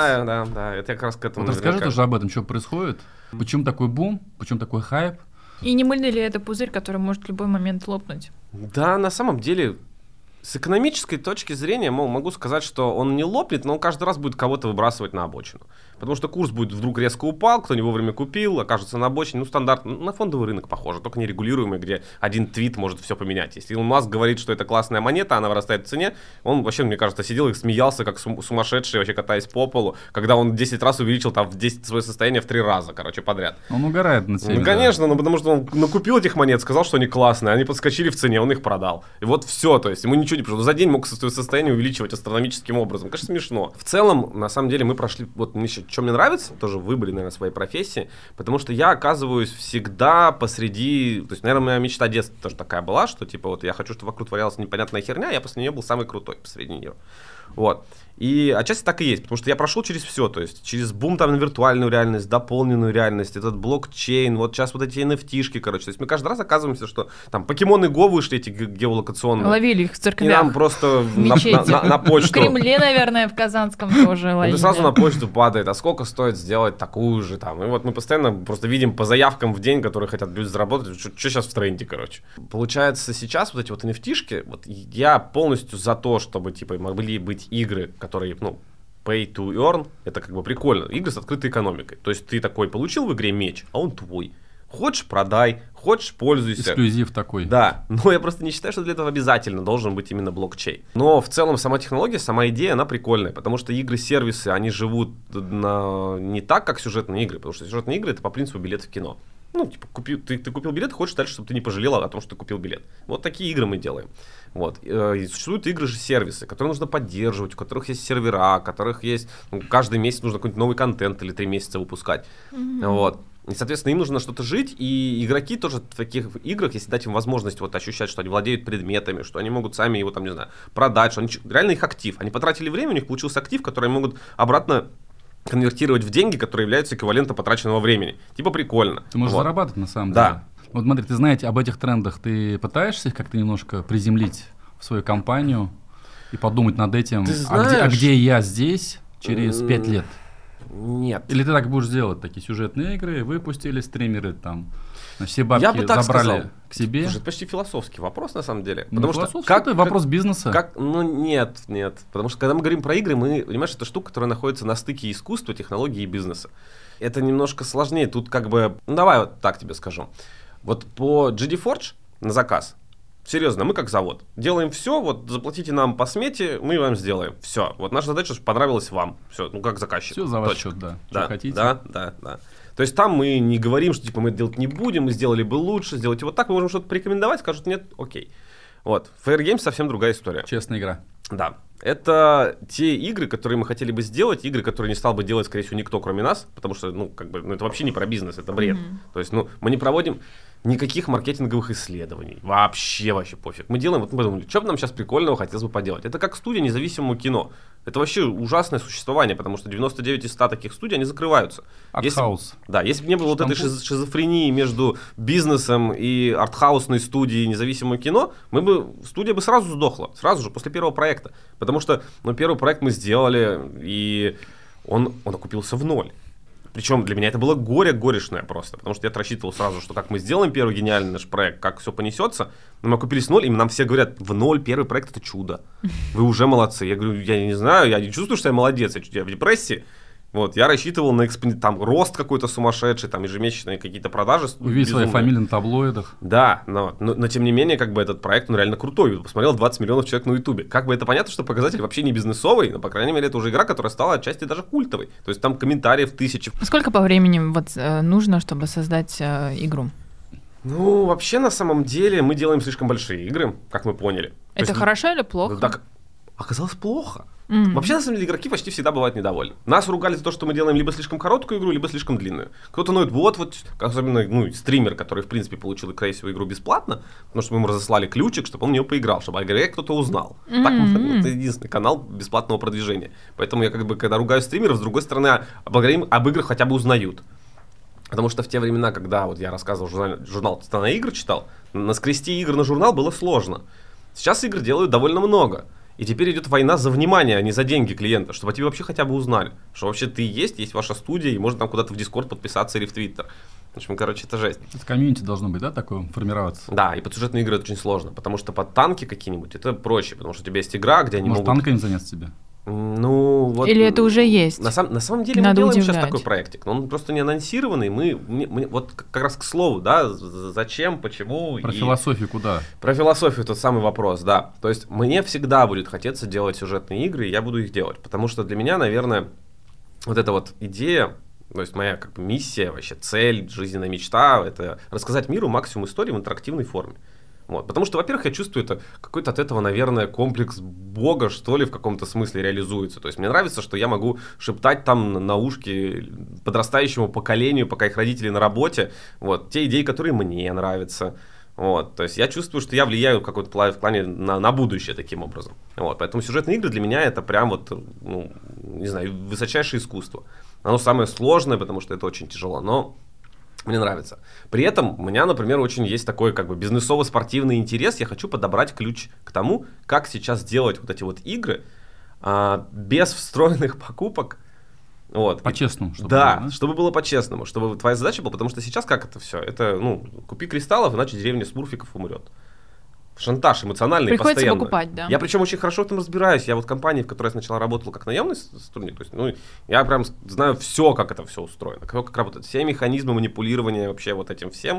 S2: Да, это я как раз к этому.
S1: Вот расскажи тоже об этом, что происходит. Почему такой бум, почему такой хайп?
S4: И не мыльный ли это пузырь, который может в любой момент лопнуть?
S2: Да, на самом деле, с экономической точки зрения могу сказать, что он не лопнет, но он каждый раз будет кого-то выбрасывать на обочину. Потому что курс будет вдруг резко упал, кто не вовремя купил, окажется на обочине. Ну, стандартно, на фондовый рынок похоже, только нерегулируемый, где один твит может все поменять. Если Илон Маск говорит, что это классная монета, она вырастает в цене, он вообще, мне кажется, сидел и смеялся, как сумасшедший, вообще катаясь по полу, когда он 10 раз увеличил там в 10 свое состояние в 3 раза, короче, подряд.
S1: Он угорает на себе.
S2: Ну, конечно, ну, потому что он накупил этих монет, сказал, что они классные, они подскочили в цене, он их продал. И вот все, то есть ему ничего не пришло. За день мог свое состояние увеличивать астрономическим образом. Конечно, смешно. В целом, на самом деле, мы прошли, вот мне что мне нравится, тоже в выборе, наверное, своей профессии, потому что я оказываюсь всегда посреди, то есть, наверное, моя мечта детства тоже такая была, что, типа, вот я хочу, чтобы вокруг творялась непонятная херня, я после нее был самый крутой посреди нее. Вот. И отчасти так и есть, потому что я прошел через все, то есть через бум там на виртуальную реальность, дополненную реальность, этот блокчейн, вот сейчас вот эти NFT-шки, короче. То есть мы каждый раз оказываемся, что там покемоны Го вышли, эти геолокационные.
S4: Ловили их в
S2: И
S4: церквях.
S2: нам просто на почту.
S4: В Кремле, наверное, в Казанском тоже ловили.
S2: Это сразу на почту падает, а сколько стоит сделать такую же там. И вот мы постоянно просто видим по заявкам в день, которые хотят люди заработать, что сейчас в тренде, короче. Получается, сейчас вот эти вот NFT-шки, вот я полностью за то, чтобы типа могли быть игры, которые, ну, pay to earn, это как бы прикольно. Игры с открытой экономикой. То есть ты такой получил в игре меч, а он твой. Хочешь — продай, хочешь — пользуйся.
S1: Эксклюзив такой.
S2: Да, но я просто не считаю, что для этого обязательно должен быть именно блокчейн. Но в целом сама технология, сама идея, она прикольная, потому что игры-сервисы, они живут не так, как сюжетные игры, потому что сюжетные игры — это по принципу билет в кино. Ну, типа, ты купил билет, хочешь дальше, чтобы ты не пожалел о том, что ты купил билет. Вот такие игры мы делаем. Вот. И существуют игры же сервисы, которые нужно поддерживать, у которых есть сервера, у которых есть, ну, каждый месяц нужно какой-нибудь новый контент или 3 месяца выпускать. Вот. И, соответственно, им нужно на что-то жить, и игроки тоже в таких играх, если дать им возможность вот ощущать, что они владеют предметами, что они могут сами его там, не знаю, продать, что они реально их актив. Они потратили время, у них получился актив, который они могут обратно конвертировать в деньги, которые являются эквивалентом потраченного времени. Типа прикольно.
S1: Ты можешь
S2: вот.
S1: зарабатывать на самом
S2: Да.
S1: деле. Вот смотри, ты знаете об этих трендах, ты пытаешься их как-то немножко приземлить в свою компанию и подумать над этим,
S2: Ты
S1: а
S2: знаешь,
S1: где я здесь через 5 лет?
S2: Нет.
S1: Или ты так будешь делать, такие сюжетные игры, выпустили, стримеры там, все
S2: Я
S1: бабки
S2: бы так
S1: забрали
S2: сказал.
S1: к себе?
S2: Слушай, это почти философский вопрос на самом деле.
S1: Ну,
S2: Потому что
S1: философский, это вопрос бизнеса.
S2: Ну нет. Потому что когда мы говорим про игры, мы, понимаешь, это штука, которая находится на стыке искусства, технологии и бизнеса. Это немножко сложнее. Тут как бы, ну давай вот так тебе скажу. Вот по GD Forge на заказ, серьезно, мы как завод делаем все, вот заплатите нам по смете, мы вам сделаем. Все. Вот наша задача, чтобы понравилось вам. Все, ну как заказчик.
S1: Все за ваш
S2: Точка.
S1: счет, да.
S2: Да,
S1: Что хотите.
S2: да. То есть там мы не говорим, что типа мы это делать не будем, мы сделали бы лучше, сделайте вот так, мы можем что-то порекомендовать, скажут нет, окей. Вот. Fair Games совсем другая история.
S1: Честная игра.
S2: Да. Это те игры, которые мы хотели бы сделать, игры, которые не стал бы делать, скорее всего, никто, кроме нас, потому что, ну, как бы, ну, это вообще не про бизнес, это бред. То есть, ну, мы не проводим никаких маркетинговых исследований. Вообще пофиг. Мы делаем, вот мы подумали, что бы нам сейчас прикольного хотелось бы поделать. Это как студия независимого кино. Это вообще ужасное существование, потому что 99 из 100 таких студий, они закрываются.
S1: Артхаус.
S2: Да, если бы не было вот этой шизофрении между бизнесом и артхаусной студией независимого кино, студия бы сразу сдохла, сразу же, после первого проекта. Потому что, ну, первый проект мы сделали, и он окупился в ноль. Причем для меня это было горе горешное просто, потому что я рассчитывал сразу, что как мы сделаем первый гениальный наш проект, как все понесется, но мы окупились в ноль, и нам все говорят, в ноль первый проект — это чудо, вы уже молодцы. Я говорю, я не знаю, я не чувствую, что я молодец, я в депрессии. Вот, я рассчитывал на там рост какой-то сумасшедший, там ежемесячные какие-то продажи.
S1: Увидеть свои фамилии на таблоидах.
S2: Да, но тем не менее, как бы этот проект, он реально крутой. Посмотрел 20 миллионов человек на Ютубе. Как бы это понятно, что показатель вообще не бизнесовый, но, по крайней мере, это уже игра, которая стала отчасти даже культовой. То есть там комментариев тысячи.
S4: Сколько по времени вот нужно, чтобы создать игру?
S2: Ну, вообще, на самом деле, мы делаем слишком большие игры, как мы поняли.
S4: Это хорошо или плохо?
S2: Так, оказалось плохо. Вообще, на самом деле, игроки почти всегда бывают недовольны. Нас ругали за то, что мы делаем либо слишком короткую игру, либо слишком длинную. Кто-то ноет, вот, особенно, стример, который, в принципе, получил крейсовую игру бесплатно, потому что мы ему разослали ключик, чтобы он в нее поиграл, чтобы о игре кто-то узнал. Так, это единственный канал бесплатного продвижения. Поэтому я, когда ругаю стримеров, с другой стороны, благодарим, об играх хотя бы узнают. Потому что в те времена, когда я рассказывал, журнал «Страна игр» читал, наскрести игр на журнал было сложно. Сейчас игр делают довольно много. И теперь идет война за внимание, а не за деньги клиента, чтобы о тебе вообще хотя бы узнали. Что вообще ты есть ваша студия, и можно там куда-то в Discord подписаться или в Twitter. В общем, это жесть.
S1: Это комьюнити должно быть, да, такое, формироваться?
S2: Да, и под сюжетные игры это очень сложно, потому что под танки какие-нибудь это проще, потому что у тебя есть игра, где они могут...
S1: танками заняться тебе?
S4: Или это уже есть?
S2: На самом деле
S4: Надо
S2: мы делаем
S4: удивлять.
S2: сейчас такой проектик, но он просто не анонсированный. Мы вот как раз к слову, да, зачем, почему.
S1: Про философию куда?
S2: Про философию тот самый вопрос, да. То есть мне всегда будет хотеться делать сюжетные игры, и я буду их делать. Потому что для меня, наверное, вот эта вот идея, то есть моя миссия, вообще цель, жизненная мечта, это рассказать миру максимум историй в интерактивной форме. Вот. Потому что, во-первых, я чувствую, это какой-то от этого, наверное, комплекс Бога, что ли, в каком-то смысле реализуется. То есть мне нравится, что я могу шептать там на ушки подрастающему поколению, пока их родители на работе, вот, те идеи, которые мне нравятся. Вот. То есть я чувствую, что я влияю в каком-то плане на будущее таким образом. Вот. Поэтому сюжетные игры для меня это прям не знаю, высочайшее искусство. Оно самое сложное, потому что это очень тяжело, но... Мне нравится. При этом у меня, например, очень есть такой бизнесово-спортивный интерес. Я хочу подобрать ключ к тому, как сейчас делать вот эти вот игры без встроенных покупок. Вот.
S1: По-честному.
S2: Чтобы было по-честному. Чтобы твоя задача была, потому что сейчас как это все? Это, купи кристаллов, иначе деревня смурфиков умрет. Шантаж эмоциональный
S4: приходится
S2: постоянно.
S4: Покупать, да.
S2: Я причем очень хорошо в этом разбираюсь. Я вот в компании, в которой я сначала работал как наемный сотрудник, то есть, я прям знаю все, как это все устроено, как работает, все механизмы манипулирования вообще вот этим всем.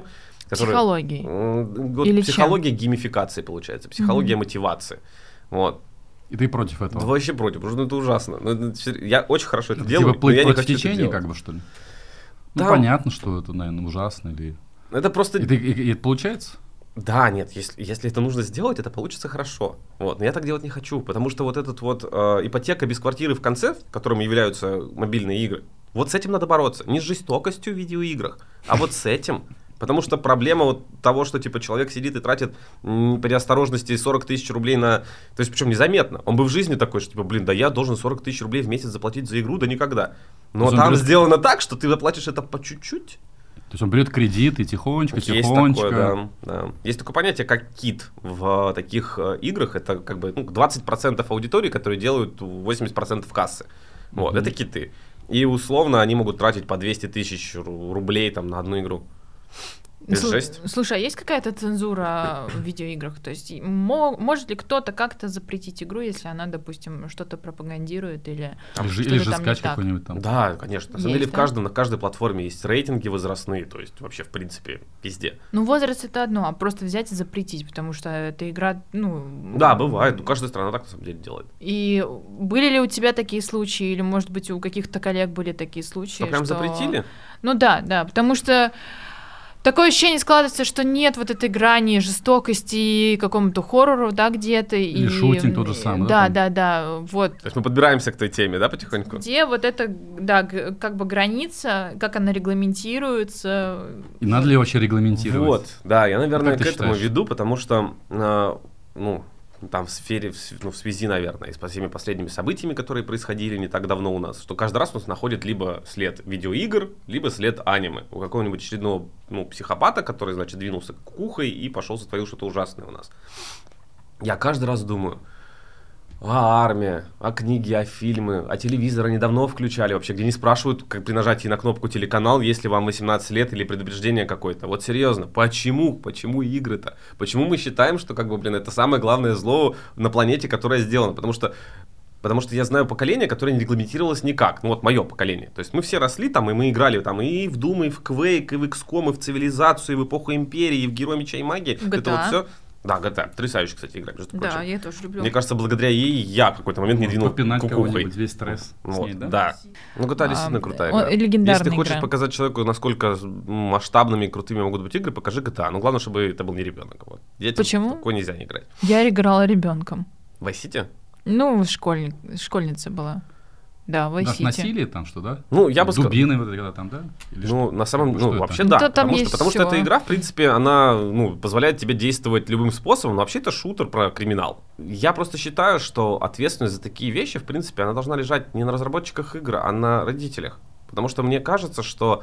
S4: Психологией.
S2: Психология геймификации получается, психология мотивации. Вот.
S1: И ты против этого?
S2: Да вообще против, потому что это ужасно. Я очень хорошо это делаю,
S1: но я не хочу
S2: течение,
S1: это делать. Что ли? Понятно, что это, наверное, ужасно. Или...
S2: Это просто...
S1: И это получается?
S2: Да, нет, если это нужно сделать, это получится хорошо. Вот. Но я так делать не хочу, потому что вот этот вот ипотека без квартиры в конце, которым являются мобильные игры, вот с этим надо бороться. Не с жестокостью в видеоиграх, а вот с этим. Потому что проблема вот того, что человек сидит и тратит при осторожности 40 тысяч рублей на... То есть, причем незаметно. Он бы в жизни такой, что да я должен 40 тысяч рублей в месяц заплатить за игру, да никогда. Но там сделано так, что ты заплатишь это по чуть-чуть.
S1: То есть он берет кредит и тихонечко.
S2: Есть такое, да. Есть такое понятие, как кит в таких играх. Это 20% аудитории, которые делают 80% кассы. Вот, это киты. И условно они могут тратить по 200 тысяч рублей на одну игру.
S4: Слушай, а есть какая-то цензура в видеоиграх? То есть может ли кто-то как-то запретить игру, если она, допустим, что-то пропагандирует или
S1: или жескач какой-нибудь там?
S2: Да, конечно. На самом деле на каждой платформе есть рейтинги возрастные, то есть вообще в принципе везде.
S4: Возраст это одно, а просто взять и запретить, потому что эта игра,
S2: Да, бывает, каждая страна так на самом деле делает.
S4: И были ли у тебя такие случаи, или может быть у каких-то коллег были такие случаи?
S2: Что прям запретили?
S4: Да, потому что такое ощущение складывается, что нет вот этой грани жестокости и какому-то хоррору, да, где-то.
S1: Или шутинг тот же самый.
S4: Да, вот.
S2: То есть мы подбираемся к той теме, да, потихоньку?
S4: Где вот эта, да, граница, как она регламентируется.
S1: И надо ли вообще регламентировать?
S2: Вот, да, я, наверное, к этому веду, потому что, там в сфере, в связи, наверное, с всеми последними событиями, которые происходили не так давно у нас, что каждый раз у нас находит либо след видеоигр, либо след аниме. У какого-нибудь очередного психопата, который, значит, двинулся кукухой и пошел сотворил что-то ужасное у нас. Я каждый раз думаю, армия, книги, фильмы, телевизор они давно включали вообще, где не спрашивают, как при нажатии на кнопку телеканал, если вам 18 лет или предупреждение какое-то. Вот серьезно, почему? Почему игры-то? Почему мы считаем, что это самое главное зло на планете, которое сделано? Потому что я знаю поколение, которое не регламентировалось никак. Мое поколение. То есть мы все росли там, и мы играли там и в Doom, и в Quake, и в XCOM, и в Цивилизацию, и в Эпоху Империи, и в Героя Меча и Магии.
S4: GTA.
S2: Это вот все. Да, GTA. Потрясающая, кстати, игра, между прочим.
S4: Да, я тоже люблю.
S2: Мне кажется, благодаря ей я в какой-то момент не двинул кукухой.
S1: Весь стресс с ней, да?
S2: Да. GTA действительно крутая игра.
S4: Легендарная
S2: Если ты хочешь
S4: игра.
S2: показать человеку, насколько масштабными и крутыми могут быть игры, покажи GTA. Но главное, чтобы это был не ребенок. Детям
S4: Почему?
S2: такое нельзя не играть.
S4: Я играла ребенком.
S2: Vice City?
S4: Ну, школьница была. Да, в Vice City.
S1: Насилие там что, да?
S2: Ну, я бы сказал...
S1: Дубины вот когда там, да? Или
S2: ну,
S1: что?
S2: на самом деле,
S1: Что
S2: вообще
S1: это?
S2: да.
S4: Да, там
S2: Потому что
S4: всё.
S2: эта игра, в принципе, она позволяет тебе действовать любым способом, но вообще это шутер про криминал. Я просто считаю, что ответственность за такие вещи, в принципе, она должна лежать не на разработчиках игр, а на родителях. Потому что мне кажется, что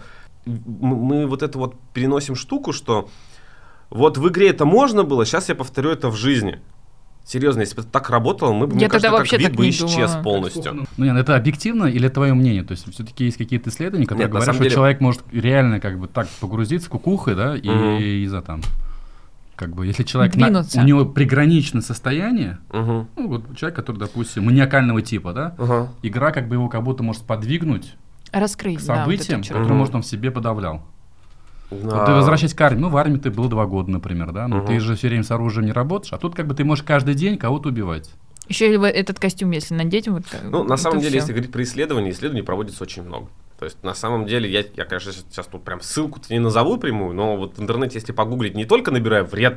S2: мы вот это вот переносим штуку, что вот в игре это можно было, сейчас я повторю это в жизни. Серьезно, если бы это так работало, мы бы, мне кажется, как вид бы исчез полностью.
S1: Ну, нет, это объективно или это твое мнение? То есть все-таки есть какие-то исследования, которые
S2: Нет, на
S1: говорят,
S2: самом
S1: что
S2: деле...
S1: человек может реально как бы так погрузиться кукухой, да, и из-за там, как бы, если человек, у него приграничное состояние, ну, вот человек, который, допустим, маниакального типа, да, игра как бы его как будто может сподвигнуть
S4: раскрыть,
S1: к событиям,
S4: да, вот
S1: которые, может, он в себе подавлял.
S2: Да.
S1: Вот ты возвращаясь к армии, ну, в армии ты был 2 года, например, да, но ты же все время с оружием не работаешь, а тут как бы ты можешь каждый день кого-то убивать.
S4: Еще и этот костюм, если надеть, вот.
S2: Ну, на самом деле, если говорить про исследования проводится очень много. То есть, на самом деле, я конечно, сейчас тут прям ссылку-то не назову прямую, но вот в интернете, если погуглить, не только набирая вред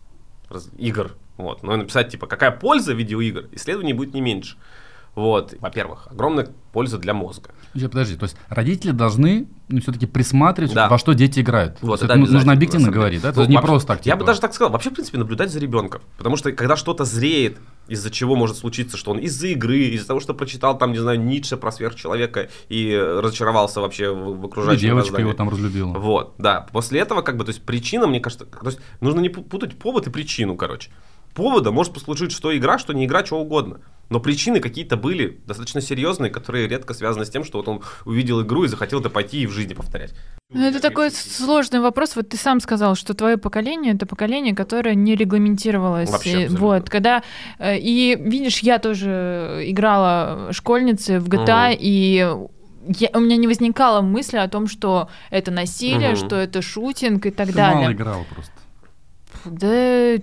S2: игр, вот, но и написать, типа, какая польза видеоигр, исследований будет не меньше. Вот, во-первых, огромная польза для мозга.
S1: Подожди, то есть родители должны все-таки присматривать, во что дети играют.
S2: Вот,
S1: это нужно объективно говорить, да? Это не просто так.
S2: Я бы даже так сказал, вообще, в принципе, наблюдать за ребенком. Потому что когда что-то зреет, из-за чего может случиться, что он из-за игры, из-за того, что прочитал там, не знаю, Ницше про сверхчеловека и разочаровался вообще в окружающем
S1: девочка
S2: мироздании.
S1: его там разлюбила.
S2: Вот, да. После этого, как бы, то есть причина, мне кажется, то есть нужно не путать повод и причину, короче. Поводом может послужить что игра, что не игра, что угодно. Но причины какие-то были достаточно серьезные, которые редко связаны с тем, что вот он увидел игру и захотел это пойти и в жизни повторять.
S4: Ну, это такой сложный вопрос. Вот ты сам сказал, что твое поколение — это поколение, которое не регламентировалось.
S2: Вообще,
S4: вот, когда... И, видишь, я тоже играла школьницей в GTA, и... у меня не возникало мысли о том, что это насилие, что это шутинг и так далее.
S1: Ты мало играла просто.
S4: Да, я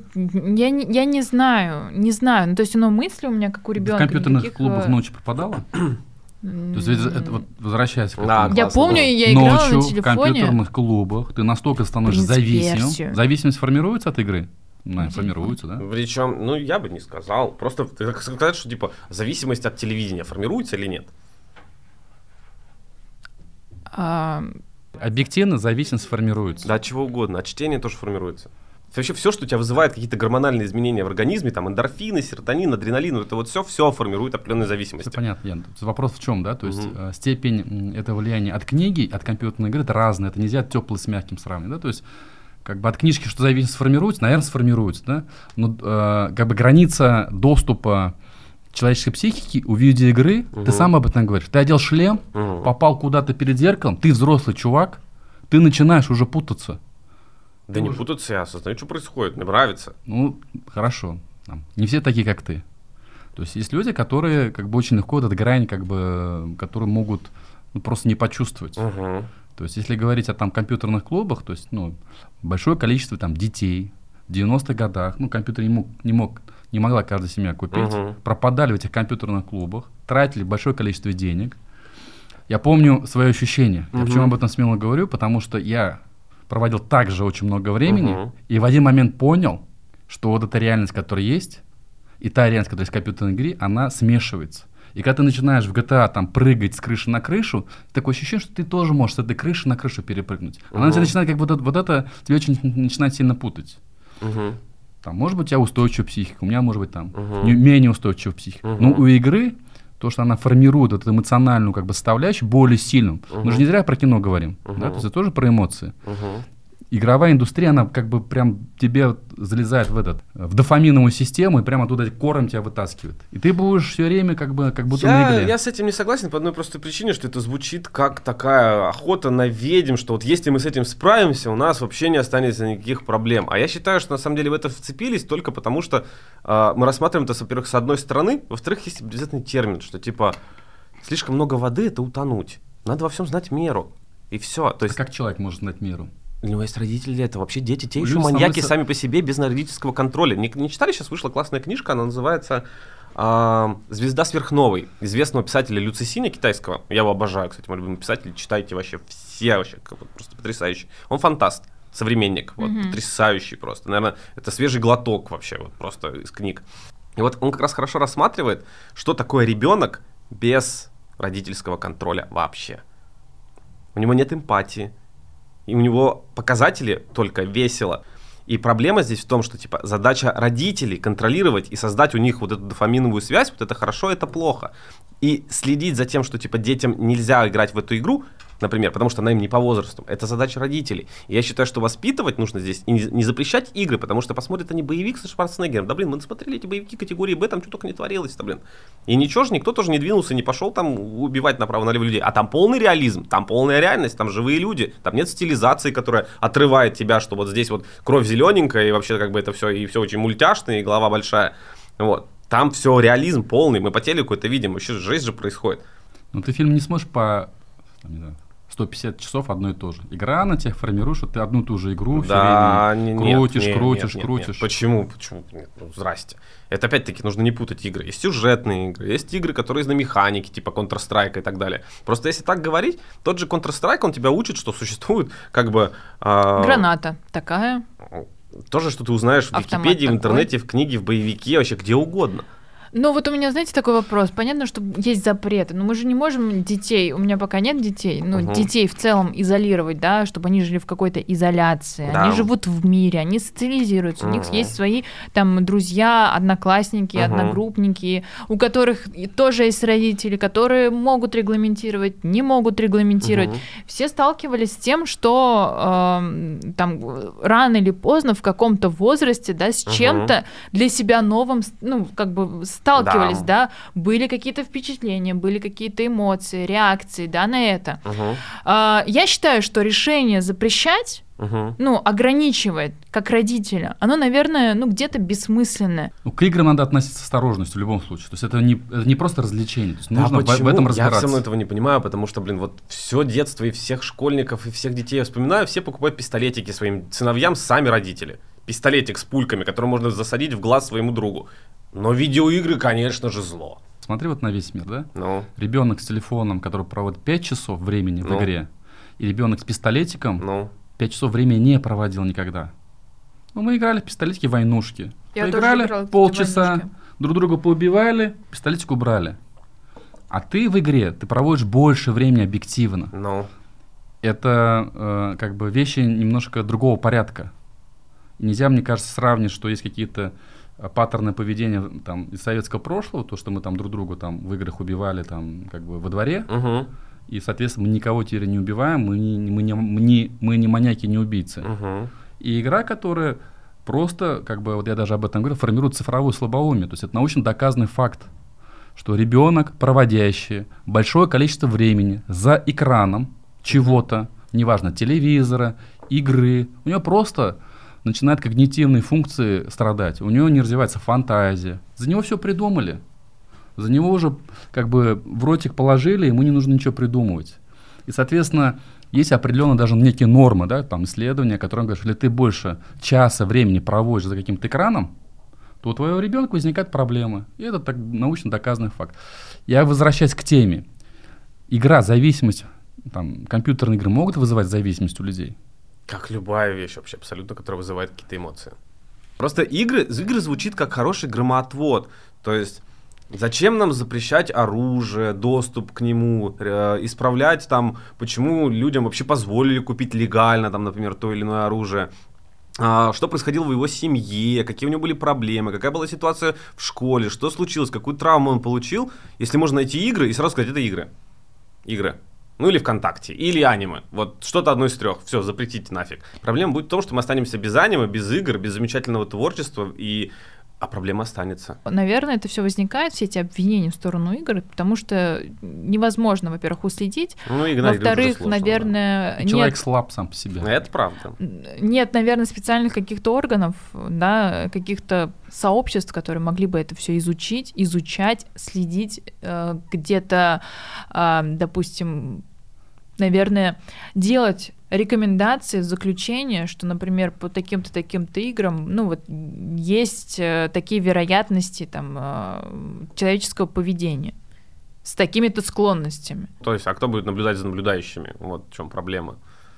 S4: не знаю. Ну, то есть, мысли у меня, как у ребенка.
S1: В компьютерных клубах ночью пропадала? То есть, это вот возвращаясь к этому.
S4: Я помню, я играла на телефоне.
S1: В компьютерных клубах ты настолько становишься зависимым. Зависимость формируется от игры? Формируется, да?
S2: Причем, я бы не сказал. Просто сказать, что типа зависимость от телевидения формируется или нет?
S1: Объективно зависимость формируется.
S2: Да, от чего угодно. От чтения тоже формируется. Вообще все, что у тебя вызывает какие-то гормональные изменения в организме, там эндорфины, серотонин, адреналин, это вот все формирует определенные зависимости.
S1: Это понятно, Ян. Вопрос в чем, да? То есть степень этого влияния от книги, от компьютерной игры, это разное. Это нельзя теплое с мягким сравнивать, да? То есть как бы от книжки что зависимость сформируется, наверное, сформируется, да? Но как бы граница доступа человеческой психики у видеоигры, ты сам об этом говоришь. Ты одел шлем, попал куда-то перед зеркалом, ты взрослый чувак, ты начинаешь уже путаться.
S2: Да не путаться, я осознаю, что происходит, мне нравится.
S1: Ну, хорошо. Не все такие, как ты. То есть есть люди, которые как бы очень легко этот грань, как бы, которые могут просто не почувствовать. То есть если говорить о компьютерных клубах, то есть большое количество детей в 90-х годах, компьютер не могла каждая семья купить, пропадали в этих компьютерных клубах, тратили большое количество денег. Я помню свои ощущения. Я почему об этом смело говорю, потому что я проводил также очень много времени, и в один момент понял, что вот эта реальность, которая есть, и та реальность, которая есть в компьютерной игре, она смешивается. И когда ты начинаешь в GTA прыгать с крыши на крышу, такое ощущение, что ты тоже можешь с этой крыши на крышу перепрыгнуть. Она тебя начинает, как вот это тебя очень начинает сильно путать. Может быть, у тебя устойчивая психика, у меня, может быть, менее устойчивая психика. Но у игры то, что она формирует эту эмоциональную составляющую более сильную. Мы же не зря про кино говорим, да? То есть это тоже про эмоции. Игровая индустрия, она прям тебе залезает в дофаминовую систему и прямо оттуда кором тебя вытаскивает. И ты будешь все время как будто на игре.
S2: Я с этим не согласен по одной простой причине, что это звучит как такая охота на ведьм, что вот если мы с этим справимся, у нас вообще не останется никаких проблем. А я считаю, что на самом деле в это вцепились только потому, что мы рассматриваем это, во-первых, с одной стороны, во-вторых, есть обязательный термин, что типа слишком много воды — это утонуть. Надо во всем знать меру. И все. То есть...
S1: как человек может знать меру?
S2: У него есть родители, это вообще дети, те еще маньяки сами по себе, без родительского контроля. Не читали? Сейчас вышла классная книжка, она называется «Звезда сверхновой» известного писателя Лю Цисиня китайского. Я его обожаю, кстати, мой любимый писатель, читайте вообще все, вообще просто потрясающий. Он фантаст, современник, потрясающий просто. Наверное, это свежий глоток вообще, просто из книг. И вот он как раз хорошо рассматривает, что такое ребенок без родительского контроля вообще. У него нет эмпатии, и у него показатели только весело. И проблема здесь в том, что типа задача родителей контролировать и создать у них вот эту дофаминовую связь, вот это хорошо, это плохо. И следить за тем, что типа детям нельзя играть в эту игру, например, потому что она им не по возрасту, это задача родителей. И я считаю, что воспитывать нужно здесь и не запрещать игры, потому что посмотрят они боевик со Шварценеггером. Да блин, мы смотрели эти боевики категории Б, там что только не творилось-то, блин. И ничего же, никто тоже не двинулся, не пошел там убивать направо-налево людей. А там полный реализм, там полная реальность, там живые люди, там нет стилизации, которая отрывает тебя, что вот здесь вот кровь зелененькая, и вообще как бы это все, и все очень мультяшное, и голова большая. Вот. Там все реализм полный, мы по телеку это видим, вообще жесть же происходит.
S1: Но ты фильм не сможешь по, там, не знаю, 150 часов одно и то же. Игра на тебя формирует, что ты одну и ту же игру
S2: да,
S1: все время крутишь.
S2: Нет. Почему? Нет, ну, здрасте. Это опять-таки нужно не путать игры. Есть сюжетные игры, есть игры, которые на механике, типа Counter-Strike и так далее. Просто если так говорить, тот же Counter-Strike, он тебя учит, что существует как бы...
S4: Граната такая.
S2: То же, что ты узнаешь в Википедии, в интернете, в книге, в боевике, вообще где угодно.
S4: Ну вот у меня, знаете, такой вопрос. Понятно, что есть запреты, но мы же не можем детей, у меня пока нет детей, но детей в целом изолировать, да, чтобы они жили в какой-то изоляции. Да. Они живут в мире, они социализируются, у них есть свои там друзья, одноклассники, одногруппники, у которых тоже есть родители, которые могут регламентировать, не могут регламентировать. Все сталкивались с тем, что там рано или поздно в каком-то возрасте, да, с чем-то для себя новым, ну, как бы сталкивались, да, были какие-то впечатления, были какие-то эмоции, реакции, да, на это. Я считаю, что решение запрещать, ну, ограничивать, как родителя, оно, наверное, ну, где-то бессмысленное.
S1: Ну, к играм надо относиться с осторожностью в любом случае. То есть это не просто развлечение. То есть нужно в этом разбираться.
S2: Я все равно этого не понимаю, потому что, блин, вот все детство и всех школьников, и всех детей я вспоминаю, все покупают пистолетики своим сыновьям сами родители. Пистолетик с пульками, который можно засадить в глаз своему другу. Но видеоигры, конечно же, зло.
S1: Смотри вот на весь мир, да? Ну. Ребенок с телефоном, который проводит 5 часов времени в игре, и ребенок с пистолетиком 5 часов времени не проводил никогда. Ну, мы играли в пистолетики войнушки. Поиграли полчаса, друг друга поубивали, пистолетик убрали. А ты в игре, ты проводишь больше времени объективно.
S2: Ну.
S1: Это как бы вещи немножко другого порядка. Нельзя, мне кажется, сравнить, что есть какие-то паттерны поведения там, из советского прошлого, то, что мы там друг друга там, в играх убивали там, как бы во дворе, и, соответственно, мы никого теперь не убиваем, мы не маньяки, не убийцы. И игра, которая просто, как бы, вот я даже об этом говорил, формирует цифровое слабоумие. То есть это научно доказанный факт, что ребенок, проводящий большое количество времени за экраном чего-то, неважно, телевизора, игры, у него просто начинает когнитивные функции страдать, у него не развивается фантазия. За него все придумали. За него уже как бы в ротик положили, ему не нужно ничего придумывать. И, соответственно, есть определенные даже некие нормы, да, там исследования, которые говорят, что если ты больше часа времени проводишь за каким-то экраном, то у твоего ребенка возникают проблемы. И это так научно доказанный факт. Я возвращаюсь к теме. Игра, зависимость, там, компьютерные игры могут вызывать зависимость у людей?
S2: Как любая вещь вообще, абсолютно, которая вызывает какие-то эмоции. Просто игры звучит как хороший громоотвод. То есть, зачем нам запрещать оружие, доступ к нему, исправлять там, почему людям вообще позволили купить легально, там, например, то или иное оружие. Что происходило в его семье, какие у него были проблемы, какая была ситуация в школе, что случилось, какую травму он получил, если можно найти игры и сразу сказать, это игры. Игры. Ну или ВКонтакте, или аниме. Вот что-то одно из трех. Все, запретите нафиг. Проблема будет в том, что мы останемся без аниме, без игр, без замечательного творчества, а проблема останется.
S4: Наверное, это все возникает, все эти обвинения в сторону игр, потому что невозможно, во-первых, уследить.
S2: Ну,
S4: во-вторых, наверное...
S1: Да. Человек слаб сам по себе.
S2: Это правда.
S4: Нет, наверное, специальных каких-то органов, да, каких-то сообществ, которые могли бы это все изучать, следить, где-то, допустим, наверное, делать рекомендации, заключения, что, например, по таким-то, таким-то играм, ну вот есть такие вероятности там человеческого поведения с такими-то склонностями.
S2: То есть, а кто будет наблюдать за наблюдающими? Вот в чем проблема.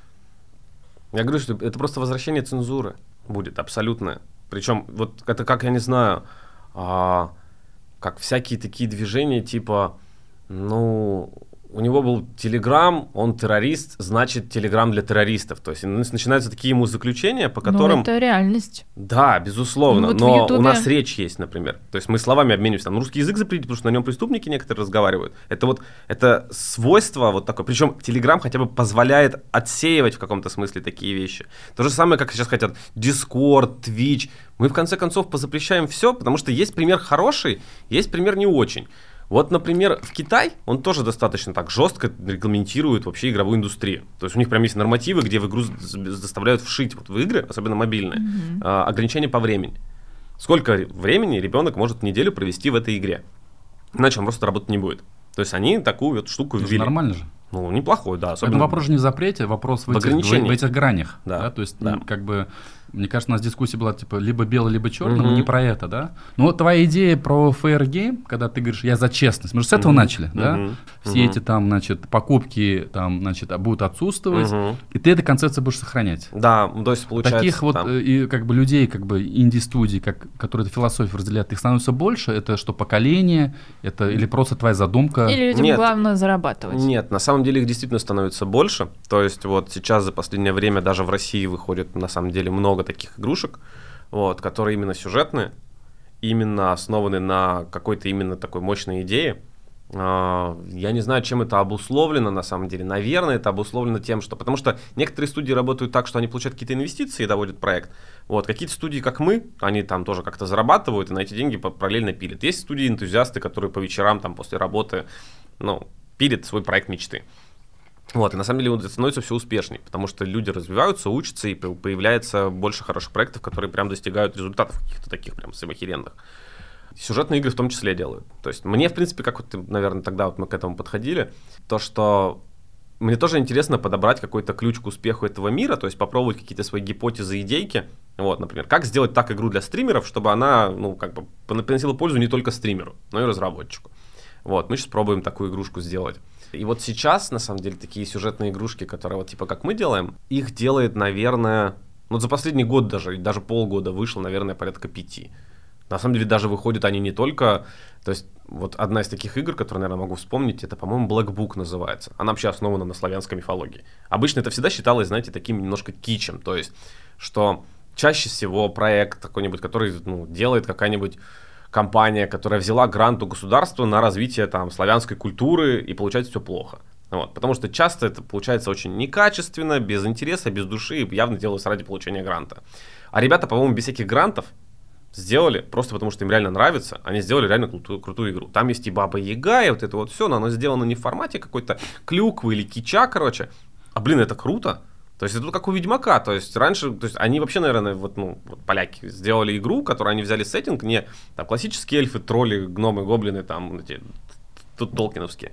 S2: Я говорю, что это просто возвращение цензуры будет абсолютное. Причем, вот это как, я не знаю, как всякие такие движения, типа, ну, у него был Telegram, он террорист, значит, Telegram для террористов. То есть начинаются такие ему заключения, по которым...
S4: Ну, это реальность.
S2: Да, безусловно,
S4: Вот
S2: но
S4: Ютубе...
S2: у нас речь есть, например. То есть мы словами обмениваемся. Там русский язык запретить, потому что на нем преступники некоторые разговаривают. Это свойство вот такое. Причем Telegram хотя бы позволяет отсеивать в каком-то смысле такие вещи. То же самое, как сейчас хотят Discord, Twitch. Мы в конце концов позапрещаем все, потому что есть пример хороший, есть пример не очень. Вот, например, в Китай он тоже достаточно так жестко регламентирует вообще игровую индустрию. То есть у них прям есть нормативы, где в игру заставляют вшить вот в игры, особенно мобильные, ограничения по времени. Сколько времени ребенок может в неделю провести в этой игре. Иначе он просто работать не будет. То есть они такую вот штуку ввели.
S1: Нормально же.
S2: Ну, неплохой, да.
S1: Особенно вопрос же не в запрете, вопрос в этих гранях. Да. То есть, как бы, мне кажется, у нас дискуссия была, типа, либо белый, либо черный, но не про это, да? Ну, вот твоя идея про fair game, когда ты говоришь, я за честность, мы же с этого начали, да? Все эти там, значит, покупки, там, значит, будут отсутствовать, и ты эту концепцию будешь сохранять.
S2: Да, то есть, получается...
S1: Таких вот, и, как бы, людей, как бы, инди-студий, которые эту философию разделяют, их становится больше, это что, поколение, это или просто твоя задумка?
S4: Или людям главное зарабатывать?
S2: Нет, на самом деле их действительно становится больше. То есть вот сейчас за последнее время даже в России выходит на самом деле много таких игрушек, вот, которые именно сюжетные, именно основаны на какой-то именно такой мощной идее. Я не знаю, чем это обусловлено на самом деле. Наверное, это обусловлено тем, что... Потому что некоторые студии работают так, что они получают какие-то инвестиции и доводят проект. Вот. Какие-то студии, как мы, они там тоже как-то зарабатывают и на эти деньги параллельно пилят. Есть студии-энтузиасты, которые по вечерам там после работы, ну, пилят свой проект мечты. Вот, и на самом деле он становится все успешней, потому что люди развиваются, учатся, и появляется больше хороших проектов, которые прям достигают результатов каких-то таких прям самохеренных. Сюжетные игры в том числе делают. То есть мне, в принципе, как вот, наверное, тогда вот мы к этому подходили, то, что мне тоже интересно подобрать какой-то ключ к успеху этого мира, то есть попробовать какие-то свои гипотезы, идейки. Вот, например, как сделать так игру для стримеров, чтобы она, ну, как бы приносила пользу не только стримеру, но и разработчику. Вот, мы сейчас пробуем такую игрушку сделать. И вот сейчас, на самом деле, такие сюжетные игрушки, которые вот типа как мы делаем, их делает, наверное, ну за последний год даже полгода вышло, наверное, порядка 5. На самом деле даже выходят они не только, то есть вот одна из таких игр, которую, наверное, могу вспомнить, это, по-моему, Black Book называется. Она вообще основана на славянской мифологии. Обычно это всегда считалось, знаете, таким немножко кичем, то есть, что чаще всего проект какой-нибудь, который, ну, делает какая-нибудь компания, которая взяла грант у государства на развитие там славянской культуры, и получается все плохо. Вот, потому что часто это получается очень некачественно, без интереса, без души, и явно делалось ради получения гранта. А ребята, по-моему, без всяких грантов сделали, просто потому что им реально нравится, они сделали реально крутую игру. Там есть и Баба Яга, и вот это вот все, но оно сделано не в формате какой-то клюквы или кича, короче. А, блин, это круто. То есть это как у Ведьмака, то есть раньше, то есть они вообще, наверное, вот поляки сделали игру, которую они взяли сеттинг, не там классические эльфы, тролли, гномы, гоблины, там эти толкиновские.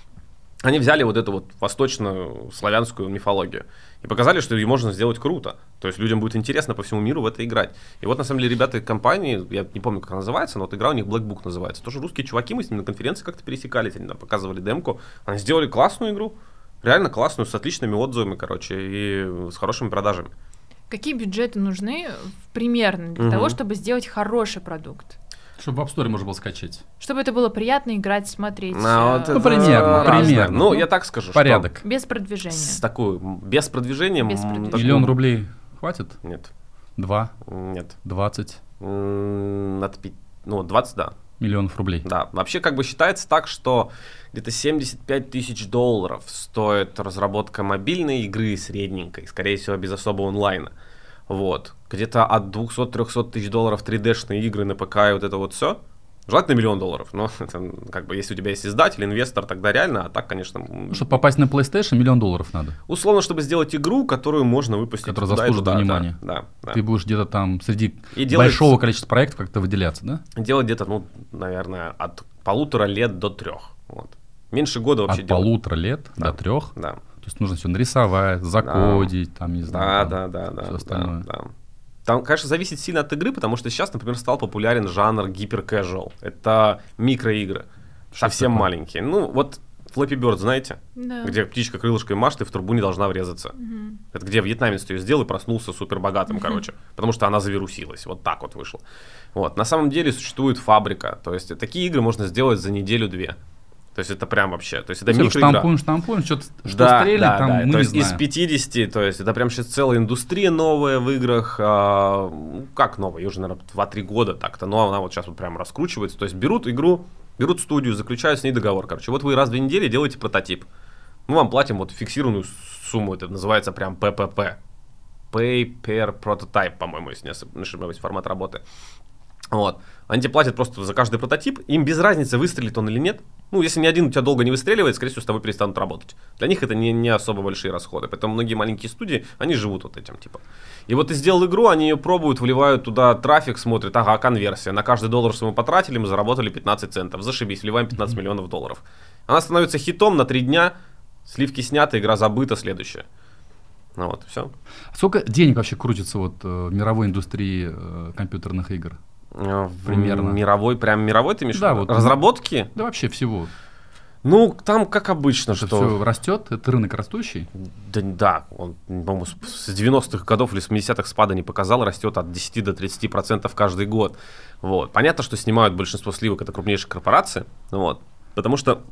S2: Они взяли вот эту вот восточную славянскую мифологию и показали, что ее можно сделать круто. То есть людям будет интересно по всему миру в это играть. И вот на самом деле ребята компании, я не помню, как она называется, но вот игра у них Black Book называется. Тоже русские чуваки, мы с ними на конференции как-то пересекались, они там показывали демку. Они сделали классную игру. Реально классную, с отличными отзывами, короче, и с хорошими продажами.
S4: Какие бюджеты нужны примерно для того, чтобы сделать хороший продукт?
S1: Чтобы в App Store можно было скачать.
S4: Чтобы это было приятно играть, смотреть.
S1: Примерно.
S2: Ну, я так скажу.
S1: Порядок.
S4: Что без продвижения.
S2: Без продвижения.
S1: Миллион рублей хватит?
S2: Нет.
S1: 2?
S2: Нет.
S1: 20?
S2: 20, да.
S1: Миллионов рублей.
S2: Да, вообще как бы считается так, что где-то $75 000 стоит разработка мобильной игры средненькой, скорее всего, без особого онлайна. Вот. Где-то от $200-300 тысяч 3D-шные игры на ПК и вот это вот все. Желательно $1 миллион, но это, как бы, если у тебя есть издатель, инвестор, тогда реально, а так, конечно...
S1: Чтобы попасть на PlayStation, $1 миллион надо.
S2: Условно, чтобы сделать игру, которую можно выпустить.
S1: Которая заслужит внимания.
S2: Да.
S1: Ты будешь где-то там среди большого количества проектов как-то выделяться, да?
S2: Делать где-то, наверное, от 1,5 лет до 3. Вот. Меньше года вообще
S1: делать. От 1,5 лет до 3?
S2: Да.
S1: То есть нужно все нарисовать, закодить, там, не знаю, все остальное.
S2: Да. Там, конечно, зависит сильно от игры, потому что сейчас, например, стал популярен жанр гипер-кэжуал. Это микроигры, совсем маленькие. Ну, вот Flappy Bird, знаете?
S4: Да.
S2: Где птичка крылышкой машет и в трубу не должна врезаться. Это где вьетнамец ее сделал и проснулся супер богатым, короче. Потому что она завирусилась. Вот так вот вышло. Вот. На самом деле существует фабрика. То есть такие игры можно сделать за неделю-две. То есть это прям вообще, то есть это микроигра.
S1: Штампуем, что
S2: Да,
S1: стрелит,
S2: да,
S1: там
S2: да.
S1: мы
S2: То
S1: не
S2: есть из
S1: знаем.
S2: 50, то есть это прям сейчас целая индустрия новая в играх. Как новая? Ее уже, наверное, 2-3 года так-то, но она вот сейчас вот прям раскручивается. То есть берут игру, берут студию, заключают с ней договор, короче. Вот вы раз в 2 недели делаете прототип. Мы вам платим вот фиксированную сумму, это называется прям ППП. Pay per Prototype, по-моему, если не ошибаюсь, формат работы. Вот. Они тебе платят просто за каждый прототип, им без разницы, выстрелит он или нет. Ну, если ни один у тебя долго не выстреливает, скорее всего, с тобой перестанут работать. Для них это не особо большие расходы. Поэтому многие маленькие студии, они живут вот этим, типа. И вот ты сделал игру, они ее пробуют, вливают туда трафик, смотрят, ага, конверсия. На каждый доллар, что мы потратили, мы заработали 15 центов. Зашибись, вливаем 15 миллионов долларов. Она становится хитом на 3 дня, сливки сняты, игра забыта, следующая. Ну вот, все.
S1: Сколько денег вообще крутится вот в мировой индустрии компьютерных игр? Примерно.
S2: Мировой, прям мировой ты имеешь в
S1: Да,
S2: виду?
S1: вот.
S2: Разработки?
S1: Да вообще всего.
S2: Ну, там как обычно,
S1: Это
S2: что...
S1: все растет, это рынок растущий.
S2: Да, он, по-моему, с 90-х годов или с 70-х спада не показал, растет от 10 до 30% каждый год. Вот. Понятно, что снимают большинство сливок, это крупнейшие корпорации, вот. Потому что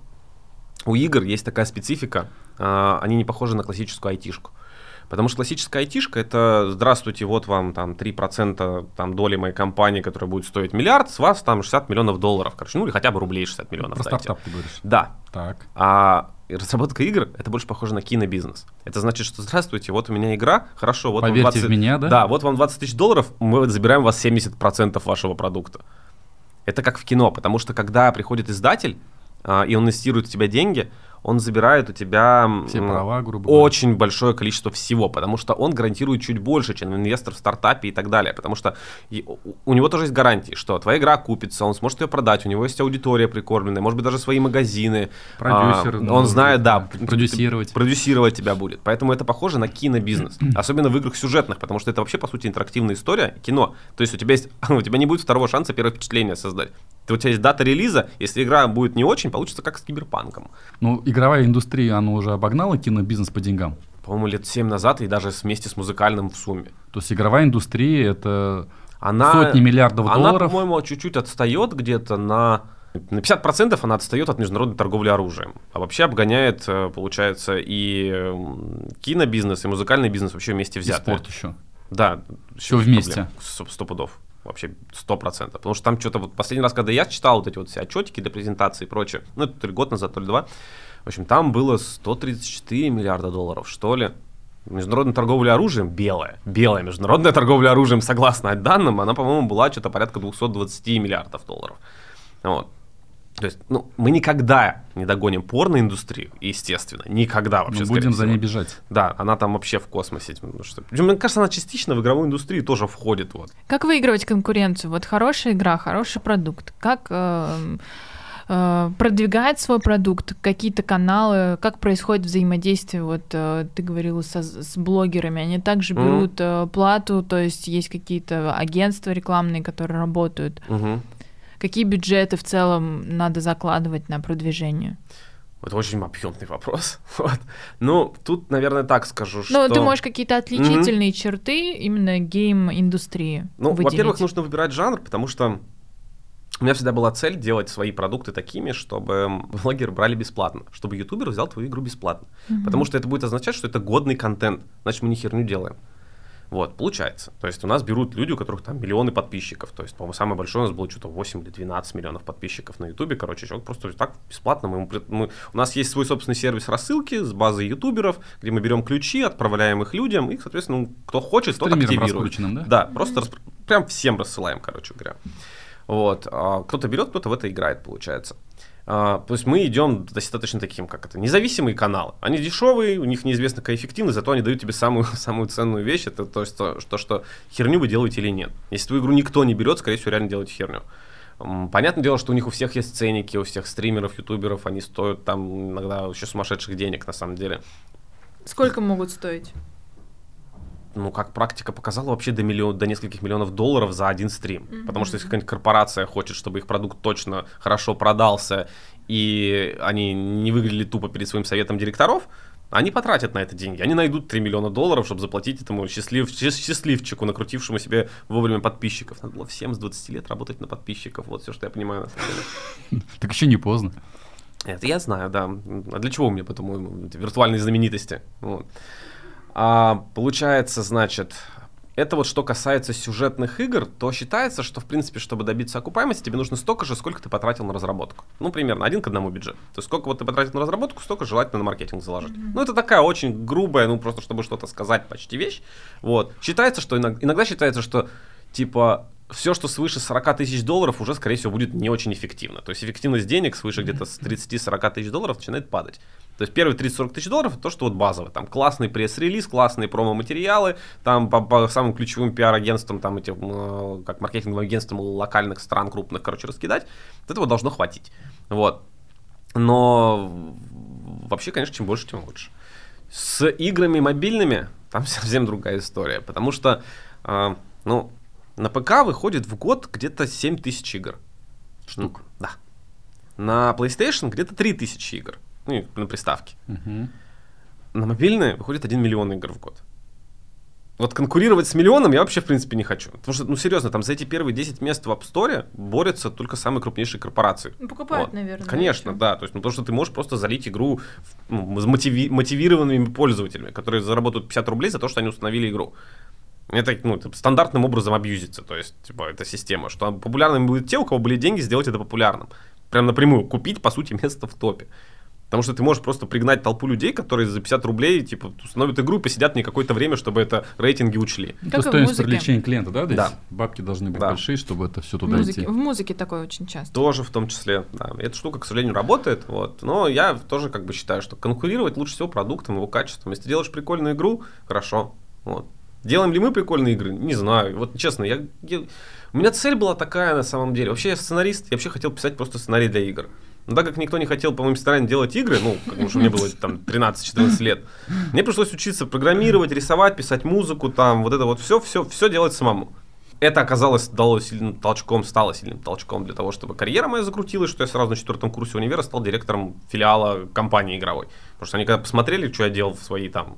S2: у игр есть такая специфика, они не похожи на классическую айтишку. Потому что классическая айтишка — это здравствуйте, вот вам там 3% там, доли моей компании, которая будет стоить миллиард, с вас там 60 миллионов долларов, короче, ну или хотя бы рублей 60 миллионов.
S1: Про
S2: дайте.
S1: стартап ты говоришь.
S2: Да.
S1: Так.
S2: А разработка игр — это больше похоже на кинобизнес. Это значит, что здравствуйте, вот у меня игра, хорошо, вот
S1: Поверьте
S2: вам 20...
S1: в меня, да?
S2: Да, вот вам 20 тысяч долларов, мы забираем у вас 70% вашего продукта. Это как в кино, потому что когда приходит издатель, и он инвестирует в тебя деньги, он забирает у тебя
S1: Все права, грубо говоря.
S2: очень большое количество всего, потому что он гарантирует чуть больше, чем инвестор в стартапе и так далее, потому что у него тоже есть гарантии, что твоя игра окупится, он сможет ее продать, у него есть аудитория прикормленная, может быть, даже свои магазины.
S1: Продюсер.
S2: Он знает, да.
S1: Продюсировать
S2: тебя будет. Поэтому это похоже на кинобизнес, особенно в играх сюжетных, потому что это вообще, по сути, интерактивная история, кино. То есть у тебя не будет второго шанса первое впечатление создать. У тебя есть дата релиза, если игра будет не очень, получится как с Киберпанком.
S1: Ну, игровая индустрия, она уже обогнала кинобизнес по деньгам.
S2: По-моему, лет 7 назад и даже вместе с музыкальным в сумме.
S1: То есть игровая индустрия — это
S2: она,
S1: сотни миллиардов долларов.
S2: Она, по-моему, чуть-чуть отстает где-то на 50% она отстает от международной торговли оружием. А вообще обгоняет, получается, и кинобизнес, и музыкальный бизнес вообще вместе взятые.
S1: И спорт еще.
S2: Да.
S1: Все вместе.
S2: 100 пудов. Вообще 100%. Потому что там что-то вот последний раз, когда я читал вот эти вот все отчетики для презентации и прочее, ну это то ли год назад, то ли 2, в общем, там было 134 миллиарда долларов, что ли. Международная торговля оружием белая международная торговля оружием, согласно данным, она, по-моему, была что-то порядка 220 миллиардов долларов. Вот. То есть, ну, мы никогда не догоним порноиндустрию, естественно, никогда вообще.
S1: Мы будем за ней бежать.
S2: Да, она там вообще в космосе. Мне кажется, она частично в игровую индустрию тоже входит. Вот.
S4: Как выигрывать конкуренцию? Вот хорошая игра, хороший продукт. Как продвигать свой продукт? Какие-то каналы? Как происходит взаимодействие? Вот ты говорила с блогерами. Они также берут плату, то есть есть какие-то агентства рекламные, которые работают. Какие бюджеты в целом надо закладывать на продвижение?
S2: Это очень объемный вопрос. Вот. Ну, тут, наверное, так скажу, что...
S4: Ну, ты можешь какие-то отличительные черты именно гейм-индустрии выделить.
S2: Во-первых, нужно выбирать жанр, потому что у меня всегда была цель делать свои продукты такими, чтобы блогеры брали бесплатно, чтобы ютубер взял твою игру бесплатно. Потому что это будет означать, что это годный контент, значит, мы не херню делаем. Вот, получается. То есть у нас берут люди, у которых там миллионы подписчиков. То есть, по-моему, самое большое у нас было что-то 8 или 12 миллионов подписчиков на Ютубе. Короче, человек просто так бесплатно. У нас есть свой собственный сервис рассылки с базой ютуберов, где мы берем ключи, отправляем их людям, и, соответственно, кто хочет, тот активирует.
S1: Да?
S2: Да, просто прям всем рассылаем, короче говоря. Вот. Кто-то берет, кто-то в это играет, получается. То есть мы идем достаточно таким, как это, независимые каналы. Они дешевые, у них неизвестно какая эффективность, зато они дают тебе самую ценную вещь, это то, что херню вы делаете или нет. Если твою игру никто не берет, скорее всего, реально делаете херню. Понятное дело, что у них у всех есть ценники, у всех стримеров, ютуберов, они стоят там иногда еще сумасшедших денег на самом деле.
S4: Сколько могут стоить?
S2: ну, как практика показала, вообще до нескольких миллионов долларов за один стрим. Потому что если какая-нибудь корпорация хочет, чтобы их продукт точно хорошо продался, и они не выглядели тупо перед своим советом директоров, они потратят на это деньги. Они найдут 3 миллиона долларов, чтобы заплатить этому счастливчику, накрутившему себе вовремя подписчиков. Надо было всем с 20 лет работать на подписчиков. Вот все, что я понимаю на самом деле.
S1: Так еще не поздно.
S2: Это я знаю, да. А для чего мне, по-моему, эти виртуальные знаменитости? Вот. Получается, значит, это вот что касается сюжетных игр, то считается, что, в принципе, чтобы добиться окупаемости, тебе нужно столько же, сколько ты потратил на разработку. Ну, примерно 1 к 1 бюджет. То есть, сколько вот ты потратил на разработку, столько желательно на маркетинг заложить. Ну, это такая очень грубая, ну, просто чтобы что-то сказать, почти вещь. Вот. Считается, что иногда считается, что, типа, все, что свыше 40 тысяч долларов, уже, скорее всего, будет не очень эффективно. То есть, эффективность денег свыше где-то с 30-40 тысяч долларов начинает падать. То есть первые 30-40 тысяч долларов это то, что вот базовое. Там классный пресс-релиз, классные промо-материалы, там по самым ключевым пиар-агентствам, там этим, как маркетинговым агентствам локальных стран крупных, короче, раскидать. Вот этого должно хватить. Вот. Но вообще, конечно, чем больше, тем лучше. С играми мобильными там совсем другая история. Потому что, ну, на ПК выходит в год где-то 7 тысяч игр.
S1: Штук.
S2: Да. На PlayStation где-то 3 тысячи игр. Ну, на приставке. На мобильные выходит 1 миллион игр в год. Вот конкурировать с миллионом я вообще в принципе не хочу. Потому что, ну серьезно, там за эти первые 10 мест в App Store борются только самые крупнейшие корпорации.
S4: Ну, покупают,
S2: вот.
S4: наверное.
S2: Конечно, да. То есть, ну, потому что ты можешь просто залить игру с мотивированными пользователями, которые заработают 50 рублей за то, что они установили игру. Это, ну, это стандартным образом абьюзится. То есть, типа, эта система. Что популярными будут те, у кого были деньги, сделать это популярным. Прям напрямую купить, по сути, место в топе. Потому что ты можешь просто пригнать толпу людей, которые за 50 рублей типа установят игру и посидят не какое-то время, чтобы это рейтинги учли.
S1: Это стоимость привлечения клиента, да?
S2: Да.
S1: Бабки должны быть большие, чтобы это все туда идти.
S4: В музыке такое очень часто.
S2: Тоже в том числе, да. Эта штука, к сожалению, работает, вот. Но я тоже как бы считаю, что конкурировать лучше всего продуктом, его качеством. Если ты делаешь прикольную игру, хорошо. Вот. Делаем ли мы прикольные игры? Не знаю. Вот честно, у меня цель была такая на самом деле. Вообще я сценарист, я вообще хотел писать просто сценарий для игр. Но так как никто не хотел по моим стараниям делать игры, ну, потому что мне было там 13-14 лет, мне пришлось учиться программировать, рисовать, писать музыку, там, вот это вот все делать самому. Это оказалось, стало сильным толчком для того, чтобы карьера моя закрутилась, что я сразу на 4 курсе универа стал директором филиала компании игровой. Потому что они когда посмотрели, что я делал в свои там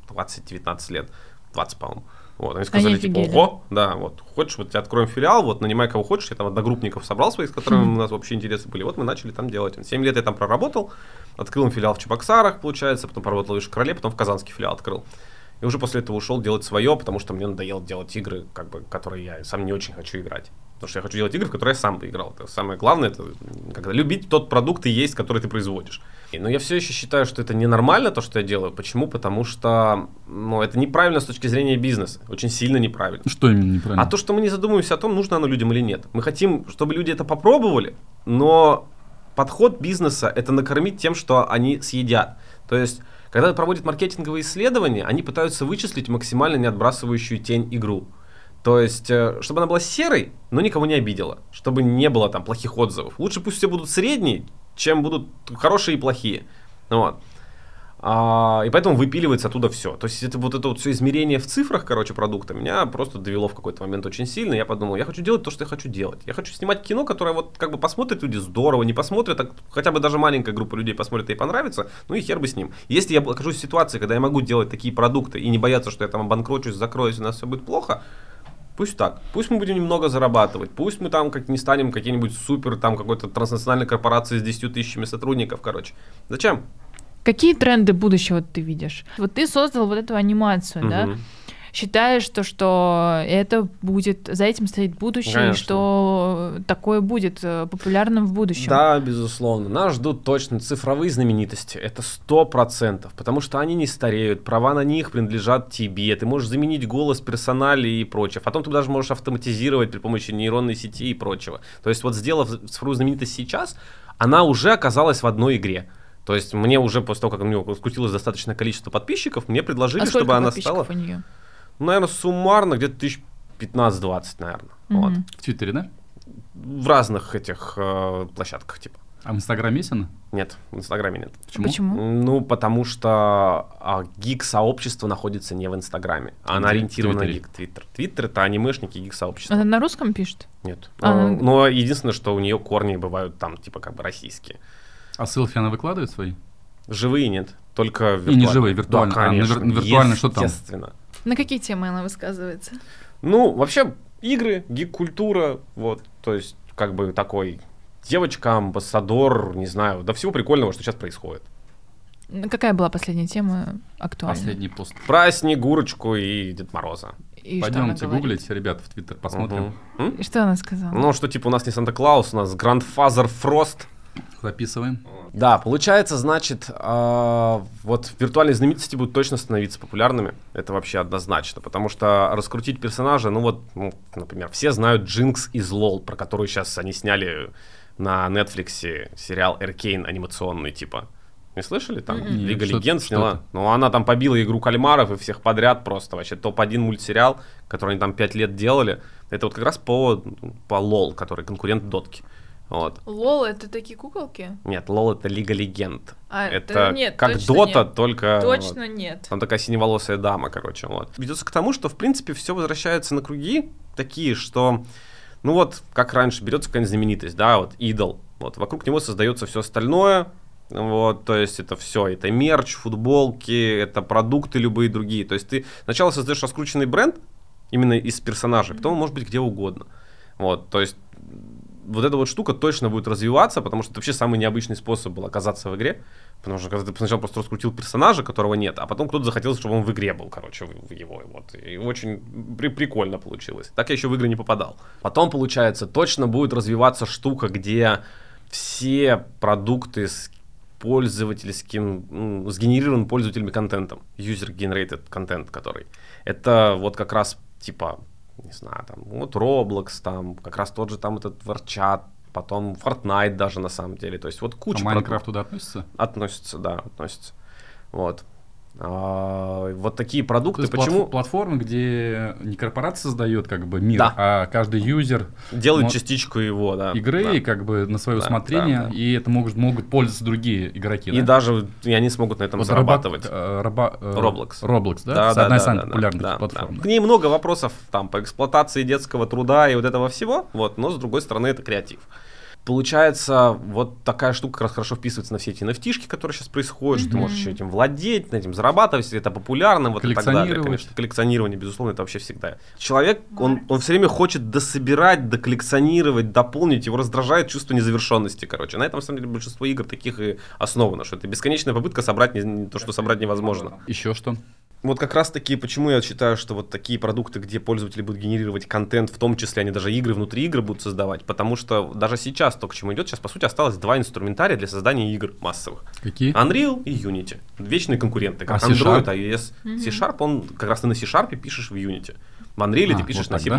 S2: 20-19 лет, 20, по-моему. Вот, они сказали, типа, ого, да, вот, хочешь, вот тебе откроем филиал, вот, нанимай кого хочешь, я там одногруппников собрал своих, с которыми у нас вообще интересы были, вот мы начали там делать. 7 лет я там проработал, открыл им филиал в Чебоксарах, получается, потом проработал в Ишкарале, потом в Казанский филиал открыл. И уже после этого ушел делать свое, потому что мне надоело делать игры, как бы, которые я сам не очень хочу играть. Потому что я хочу делать игры, в которые я сам поиграл. Это самое главное, это когда любить тот продукт и есть, который ты производишь. Но я все еще считаю, что это ненормально, то, что я делаю. Почему? Потому что это неправильно с точки зрения бизнеса. Очень сильно неправильно.
S1: Что именно неправильно?
S2: А то, что мы не задумываемся о том, нужно оно людям или нет. Мы хотим, чтобы люди это попробовали, но подход бизнеса – это накормить тем, что они съедят. То есть, когда проводят маркетинговые исследования, они пытаются вычислить максимально не отбрасывающую тень игру. То есть, чтобы она была серой, но никого не обидела. Чтобы не было там плохих отзывов. Лучше пусть все будут средние, чем будут хорошие и плохие. Вот. И поэтому выпиливается оттуда все. То есть, это вот все измерение в цифрах, короче, продукта меня просто довело в какой-то момент очень сильно. Я подумал, я хочу делать то, что я хочу делать. Я хочу снимать кино, которое вот как бы посмотрят люди здорово, не посмотрят, так хотя бы даже маленькая группа людей посмотрит и понравится, ну и хер бы с ним. Если я окажусь в ситуации, когда я могу делать такие продукты и не бояться, что я там обанкрочусь, закроюсь, и у нас все будет плохо, пусть так. Пусть мы будем немного зарабатывать. Пусть мы там как не станем какие-нибудь супер там какой-то транснациональной корпорацией с 10 тысячами сотрудников, короче. Зачем?
S4: Какие тренды будущего ты видишь? Вот ты создал вот эту анимацию, да? Считаешь, что это будет, за этим стоит будущее, конечно, и что такое будет популярным в будущем?
S2: Да, безусловно. Нас ждут точно цифровые знаменитости. Это 100%, потому что они не стареют, права на них принадлежат тебе. Ты можешь заменить голос, персоналии и прочее. Потом ты даже можешь автоматизировать при помощи нейронной сети и прочего. То есть вот сделав цифровую знаменитость сейчас, она уже оказалась в одной игре. То есть мне уже после того, как у нее скрутилось достаточное количество подписчиков, мне предложили, чтобы она стала...
S4: у нее?
S2: Наверное, суммарно где-то 15-20, наверное. Вот.
S1: В Твиттере, да?
S2: В разных этих площадках, типа.
S1: А в Инстаграме есть она?
S2: Нет, в Инстаграме нет.
S1: Почему?
S2: Ну, потому что гик-сообщество находится не в Инстаграме. Она ориентирована на гик-твиттер. Твиттер — это анимешники гик-сообщества.
S4: Она на русском пишет?
S2: Нет. Но единственное, что у нее корни бывают там, типа, как бы российские.
S1: А селфи она выкладывает свои?
S2: Живые нет, только виртуальные.
S1: И не живые, виртуальные.
S2: Да, конечно.
S1: Виртуально что там?
S2: Естественно.
S4: На какие темы она высказывается?
S2: Ну, вообще, игры, гик-культура, вот, то есть, как бы такой девочка, амбассадор, не знаю, да всего прикольного, что сейчас происходит.
S4: Какая была последняя тема актуальна?
S1: Последний пост.
S2: Про Снегурочку и Дед Мороза.
S4: И
S1: Пойдемте гуглить, ребята, в Твиттер посмотрим.
S4: И что она сказала?
S2: Ну, что типа у нас не Санта-Клаус, у нас Grandfather Frost.
S1: Записываем.
S2: Да, получается, значит, вот виртуальные знаменитости будут точно становиться популярными. Это вообще однозначно, потому что раскрутить персонажа, например, все знают Джинкс из LoL, про которую сейчас они сняли на Netflix сериал Arcane анимационный, типа. Не слышали? Там Лига Легенд сняла. Ну, она там побила игру кальмаров и всех подряд просто. Вообще топ-1 мультсериал, который они там 5 лет делали. Это вот как раз по LoL, который конкурент Дотки. Вот.
S4: Лол — это такие куколки?
S2: Нет, LoL — это Лига Легенд.
S4: Это нет,
S2: как Дота, только...
S4: Точно
S2: вот,
S4: нет.
S2: там такая синеволосая дама, короче. Вот. Ведется к тому, что, в принципе, все возвращается на круги такие, что... Ну вот, как раньше, берется какая-нибудь знаменитость, да, вот, идол. Вот, вокруг него создается все остальное. Вот, то есть это все, это мерч, футболки, это продукты любые другие. То есть ты сначала создаешь раскрученный бренд именно из персонажей, потом он может быть где угодно. Вот, то есть вот эта вот штука точно будет развиваться, потому что это вообще самый необычный способ был оказаться в игре. Потому что когда ты сначала просто раскрутил персонажа, которого нет, а потом кто-то захотел, чтобы он в игре был, короче, в его. Вот. И очень прикольно получилось. Так я еще в игры не попадал. Потом, получается, точно будет развиваться штука, где все продукты с пользовательским, сгенерирован пользователями контентом. User-generated контент, который. Это вот как раз типа, не знаю, там, вот Roblox, там, как раз тот же там этот Warchat, потом Fortnite даже на самом деле. То есть вот куча.
S1: А Minecraft туда относится?
S2: Относится, да, относится. Вот. Вот такие продукты.
S1: То есть
S2: почему?
S1: Платформы, где не корпорация создает как бы мир,
S2: да.
S1: а каждый юзер
S2: делает частичку его, да.
S1: Игры,
S2: да.
S1: как бы на свое усмотрение,
S2: да.
S1: И это могут пользоваться другие игроки.
S2: И
S1: да?
S2: даже и они смогут на этом вот зарабатывать.
S1: Roblox. Roblox, да?
S2: Да,
S1: одна из
S2: самых
S1: популярных платформ.
S2: Да. К ней много вопросов там по эксплуатации детского труда и вот этого всего, вот, но с другой стороны это креатив. Получается, вот такая штука как раз хорошо вписывается на все эти NFT-шки, которые сейчас происходят, что ты можешь еще этим владеть, этим зарабатывать, если это популярно, вот и так далее. Конечно, коллекционирование, безусловно, это вообще всегда. Человек, он все время хочет дособирать, доколлекционировать, дополнить, его раздражает чувство незавершенности, короче. На этом, на самом деле, большинство игр таких и основано, что это бесконечная попытка собрать то, что собрать невозможно.
S1: Еще что?
S2: Вот как раз таки, почему я считаю, что вот такие продукты, где пользователи будут генерировать контент, в том числе они даже игры внутри игр будут создавать, потому что даже сейчас то, к чему идет, сейчас по сути осталось два инструментария для создания игр массовых.
S1: Какие?
S2: Unreal и Unity. Вечные конкуренты, как Android, iOS. C-Sharp, он как раз ты на C-Sharp пишешь в Unity. В Unreal ты пишешь вот на C++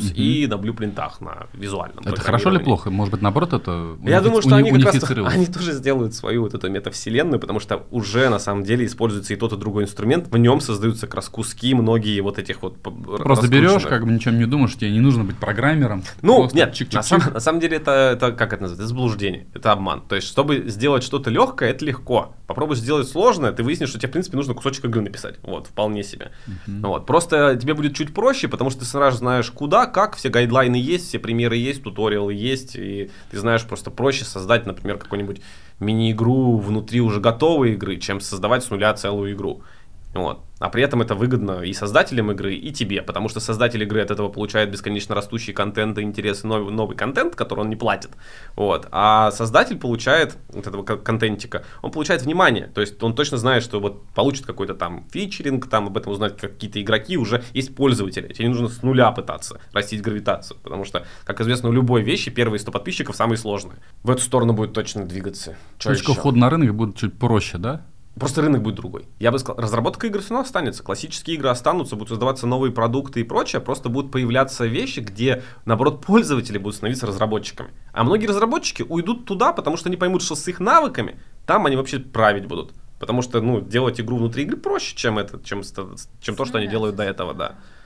S2: и на блюпринтах, на визуальном.
S1: Это хорошо или плохо? Может быть, наоборот, это
S2: я думаю, что они как раз они тоже сделают свою вот эту метавселенную, потому что уже на самом деле используется и тот, и другой инструмент. В нем создаются как раз куски многие вот этих вот
S1: просто берешь, как бы ничем не думаешь, тебе не нужно быть программером.
S2: Ну, нет, на самом деле это как это называется? Это заблуждение, это обман. То есть, чтобы сделать что-то легкое, это легко. Попробуй сделать сложное, ты выяснишь, что тебе, в принципе, нужно кусочек игры написать. Вот, вполне себе. Вот. Просто тебе будет чуть проще, потому что ты сразу знаешь куда, как, все гайдлайны есть, все примеры есть, туториалы есть, и ты знаешь, просто проще создать, например, какую-нибудь мини-игру внутри уже готовой игры, чем создавать с нуля целую игру. Вот. А при этом это выгодно и создателям игры, и тебе, потому что создатель игры от этого получает бесконечно растущий контент и интерес, новый контент, который он не платит. Вот. А создатель получает от этого контентика, он получает внимание, то есть он точно знает, что вот получит какой-то там фичеринг, там об этом узнать какие-то игроки, уже есть пользователи, тебе не нужно с нуля пытаться растить гравитацию, потому что, как известно, у любой вещи первые 100 подписчиков самые сложные. В эту сторону будет точно двигаться.
S1: Точка входа на рынок будет чуть проще, да?
S2: Просто рынок будет другой. Я бы сказал, разработка игр все равно останется. Классические игры останутся, будут создаваться новые продукты и прочее. Просто будут появляться вещи, где, наоборот, пользователи будут становиться разработчиками. А многие разработчики уйдут туда, потому что они поймут, что с их навыками там они вообще править будут. Потому что, делать игру внутри игры проще, чем то, что они делают до этого, да.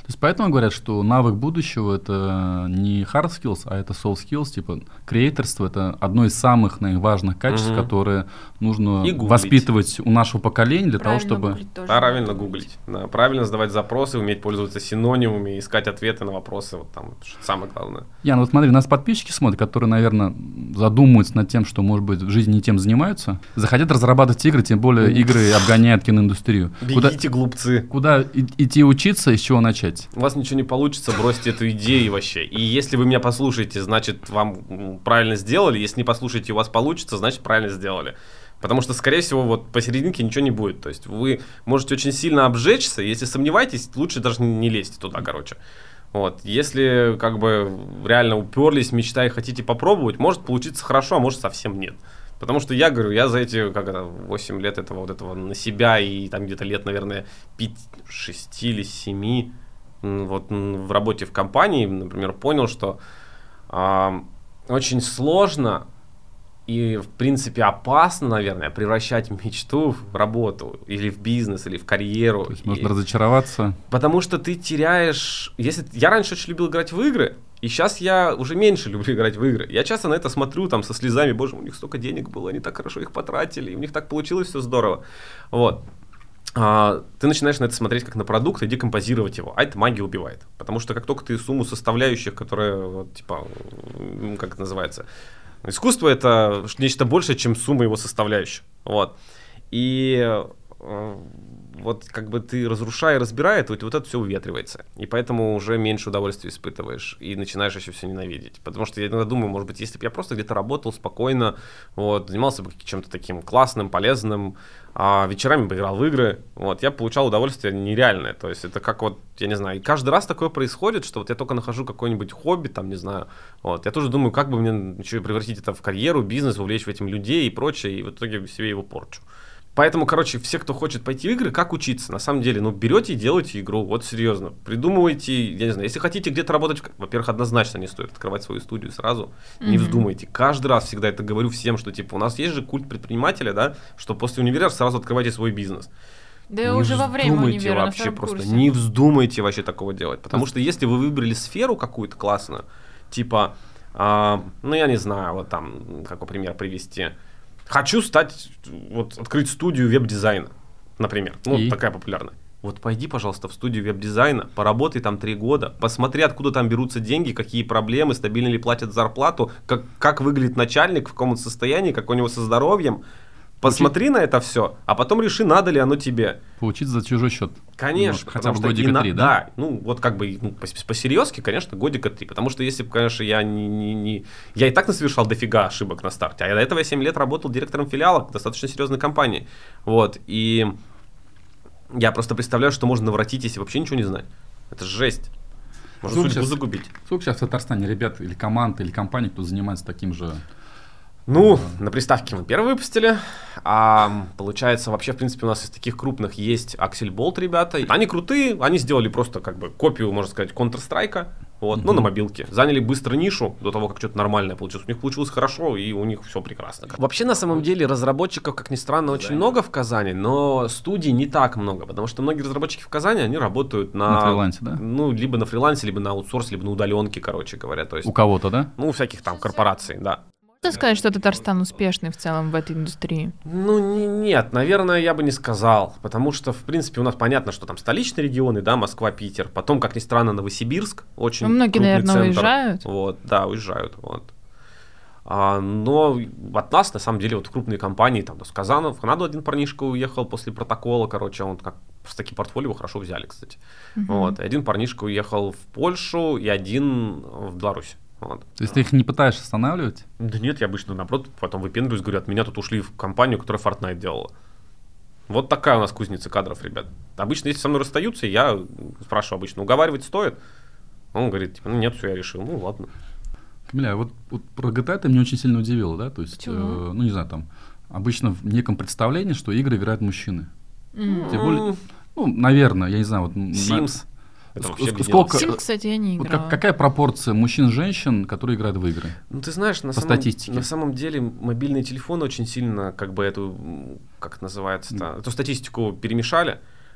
S1: То есть поэтому говорят, что навык будущего — это не hard skills, а это soft skills, типа креаторство — это одно из самых, наверное, важных качеств, которые нужно воспитывать у нашего поколения для того, чтобы...
S2: Правильно гуглить, да, правильно задавать запросы, уметь пользоваться синонимами, искать ответы на вопросы, вот там самое главное.
S1: Ян, вот смотри, нас подписчики смотрят, которые, наверное, задумываются над тем, что, может быть, в жизни не тем занимаются, захотят разрабатывать игры, тем более игры обгоняют киноиндустрию.
S2: Бегите, глупцы.
S1: Куда идти учиться и с чего начать?
S2: У вас ничего не получится, бросьте эту идею вообще. И если вы меня послушаете, значит, вам правильно сделали. Если не послушаете, у вас получится, значит, правильно сделали. Потому что, скорее всего, вот посерединке ничего не будет. То есть вы можете очень сильно обжечься. Если сомневаетесь, лучше даже не лезьте туда, короче. Вот. Если как бы реально уперлись в мечта и хотите попробовать, может получиться хорошо, а может совсем нет. Потому что я говорю, я за эти 8 лет этого на себя и там где-то лет, наверное, 5, 6 или 7 вот в работе в компании, например, понял, что очень сложно и, в принципе, опасно, наверное, превращать мечту в работу или в бизнес, или в карьеру.
S1: То есть можно разочароваться.
S2: Потому что ты теряешь... Я раньше очень любил играть в игры, и сейчас я уже меньше люблю играть в игры. Я часто на это смотрю там со слезами, боже, у них столько денег было, они так хорошо их потратили, и у них так получилось все здорово. Вот. Ты начинаешь на это смотреть как на продукт и декомпозировать его, а это магия убивает. Потому что как только ты сумму составляющих, которые, вот, типа, как это называется, искусство — это нечто большее, чем сумма его составляющих. Вот. И вот как бы ты, разрушая и разбирая, вот это все уветривается. И поэтому уже меньше удовольствия испытываешь и начинаешь еще все ненавидеть. Потому что я иногда думаю, может быть, если бы я просто где-то работал спокойно, вот, занимался бы чем-то таким классным, полезным, а вечерами бы играл в игры, вот, я получал удовольствие нереальное. То есть это как вот, я не знаю, и каждый раз такое происходит, что вот я только нахожу какое-нибудь хобби, там, не знаю, вот, я тоже думаю, как бы мне еще превратить это в карьеру, бизнес, увлечь в этим людей и прочее, и в итоге себе его порчу. Поэтому, короче, все, кто хочет пойти в игры, как учиться? На самом деле, берете и делаете игру, вот серьезно. Придумывайте, я не знаю, если хотите где-то работать, во-первых, однозначно не стоит открывать свою студию сразу, не вздумайте. Каждый раз всегда это говорю всем, что, типа, у нас есть же культ предпринимателя, да, что после универа сразу открывайте свой бизнес.
S4: Да не уже во время универа,
S2: вообще просто, не вздумайте вообще такого делать, потому что если вы выбрали сферу какую-то классную, типа, я не знаю, вот там, какой пример привести, хочу открыть студию веб-дизайна, например. Такая популярная. Вот пойди, пожалуйста, в студию веб-дизайна, поработай там 3 года, посмотри, откуда там берутся деньги, какие проблемы, стабильно ли платят зарплату, как выглядит начальник, в каком он состоянии, как у него со здоровьем. Посмотри на это все, а потом реши, надо ли оно тебе.
S1: Поучиться за чужой счет.
S2: Конечно.
S1: Хотя бы годика 3, да?
S2: Да, по-серьезки, конечно, годика 3. Потому что если бы, конечно, я и так насовершал дофига ошибок на старте, а до этого я 7 лет работал директором филиала достаточно серьезной компании. Вот, и я просто представляю, что можно наворотить, если вообще ничего не знать. Это жесть. Можно судьбу загубить.
S1: Сколько сейчас в Татарстане ребят или команд, или компаний, кто занимается таким же...
S2: На приставке мы первые выпустили, получается, вообще, в принципе, у нас из таких крупных есть Axel Bolt ребята. Они крутые, они сделали просто как бы копию, можно сказать, Counter-Strike, на мобилке. Заняли быстро нишу до того, как что-то нормальное получилось. У них получилось хорошо, и у них все прекрасно. Вообще, на самом деле, разработчиков, как ни странно, очень много в Казани, но студий не так много, потому что многие разработчики в Казани, они работают на
S1: фрилансе, да?
S2: Либо на фрилансе, либо на аутсорсе, либо на удаленке, короче говоря. То есть,
S1: у кого-то, да?
S2: У всяких там корпораций, да.
S4: Можно сказать, что Татарстан успешный в целом в этой индустрии?
S2: Нет, наверное, я бы не сказал, потому что, в принципе, у нас понятно, что там столичные регионы, да, Москва, Питер, потом, как ни странно, Новосибирск, очень
S4: многие,
S2: крупный
S4: наверное,
S2: центр.
S4: уезжают.
S2: Уезжают, но от нас, на самом деле, в крупные компании, там, с Казана в Канаду один парнишка уехал после протокола, он как с таким портфолио хорошо взяли, кстати. Один парнишка уехал в Польшу и один в Беларусь.
S1: То есть ты их не пытаешься останавливать?
S2: Да нет, я обычно, наоборот, потом выпендриваюсь, говорю, от меня тут ушли в компанию, которая Fortnite делала. Вот такая у нас кузница кадров, ребят. Обычно, если со мной расстаются, я спрашиваю обычно, уговаривать стоит? Он говорит, нет, все, я решил, ладно.
S1: Камиля, вот про GTA ты меня очень сильно удивила, да? То есть, не знаю, там, обычно в неком представлении, что игры играют мужчины. Тем более, наверное, я не знаю,
S2: Sims.
S1: Сколько,
S4: Sims, кстати, я не играла.
S1: Какая пропорция мужчин и женщин, которые играют в игры?
S2: Ты знаешь,
S1: статистике.
S2: На самом деле мобильные телефоны очень сильно, эту статистику перемешали.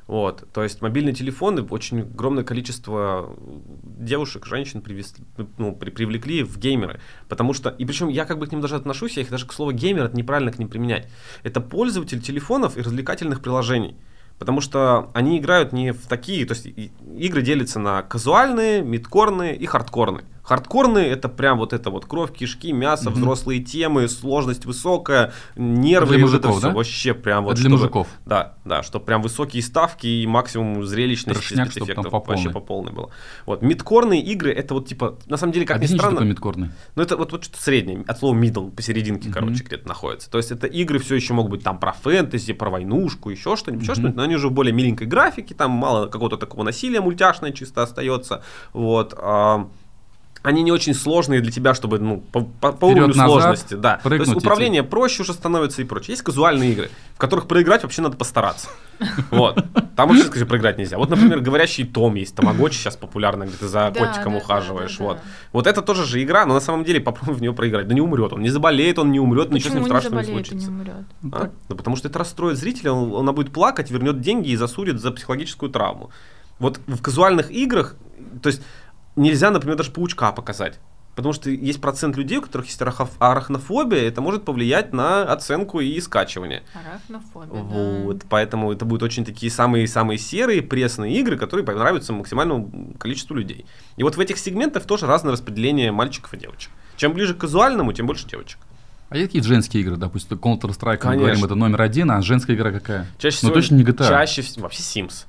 S2: Вот, то есть мобильные телефоны, очень огромное количество девушек, женщин привлекли в геймеры, потому что, и причем я как бы к ним даже отношусь, я их даже к слову геймер, это неправильно к ним применять. Это пользователи телефонов и развлекательных приложений. Потому что они играют не в такие, то есть игры делятся на казуальные, мидкорные и хардкорные. Хардкорные — это прям вот это вот кровь, кишки, мясо, взрослые темы, сложность высокая, нервы.
S1: Для
S2: и
S1: мужиков,
S2: вот это
S1: да?
S2: все вообще прям вот.
S1: Это для мужиков.
S2: Да, чтобы прям высокие ставки и максимум зрелищности,
S1: Трешняк,
S2: спецэффектов
S1: по
S2: вообще по полной было. Вот, мидкорные игры — это вот типа, на самом деле, как ни
S1: Объясни, что
S2: странно.
S1: такое мидкорный?
S2: Ну, это вот что-то среднее, от слова middle, посерединке, короче, где-то находится. То есть это игры все еще могут быть там про фэнтези, про войнушку, еще что-нибудь, но они уже в более миленькой графике, там мало какого-то такого насилия мультяшное чисто остается. Вот. Они не очень сложные для тебя, чтобы по уровню сложности. Да. То есть управление проще уже становится и прочее. Есть казуальные игры, в которых проиграть вообще надо постараться. Вот. Там вообще, скажи, проиграть нельзя. Вот, например, говорящий том есть, тамагочи сейчас популярно, где ты за котиком ухаживаешь. Вот это тоже же игра, но на самом деле попробуй в нее проиграть. Да не умрет, он не заболеет, он не умрет, ничего с ним страшного не случится. Да потому что это расстроит зрителя, он будет плакать, вернет деньги и засудит за психологическую травму. Вот в казуальных играх, то есть нельзя, например, даже паучка показать. Потому что есть процент людей, у которых есть арахнофобия, это может повлиять на оценку и скачивание.
S4: Арахнофобия,
S2: вот, поэтому это будут очень такие самые-самые серые, пресные игры, которые понравятся максимальному количеству людей. И вот в этих сегментах тоже разное распределение мальчиков и девочек. Чем ближе к казуальному, тем больше девочек.
S1: А есть какие-то женские игры? Допустим, Counter-Strike, мы говорим, это номер 1, а женская игра какая?
S2: Чаще всего,
S1: точно не GTA.
S2: Чаще всего, вообще Sims.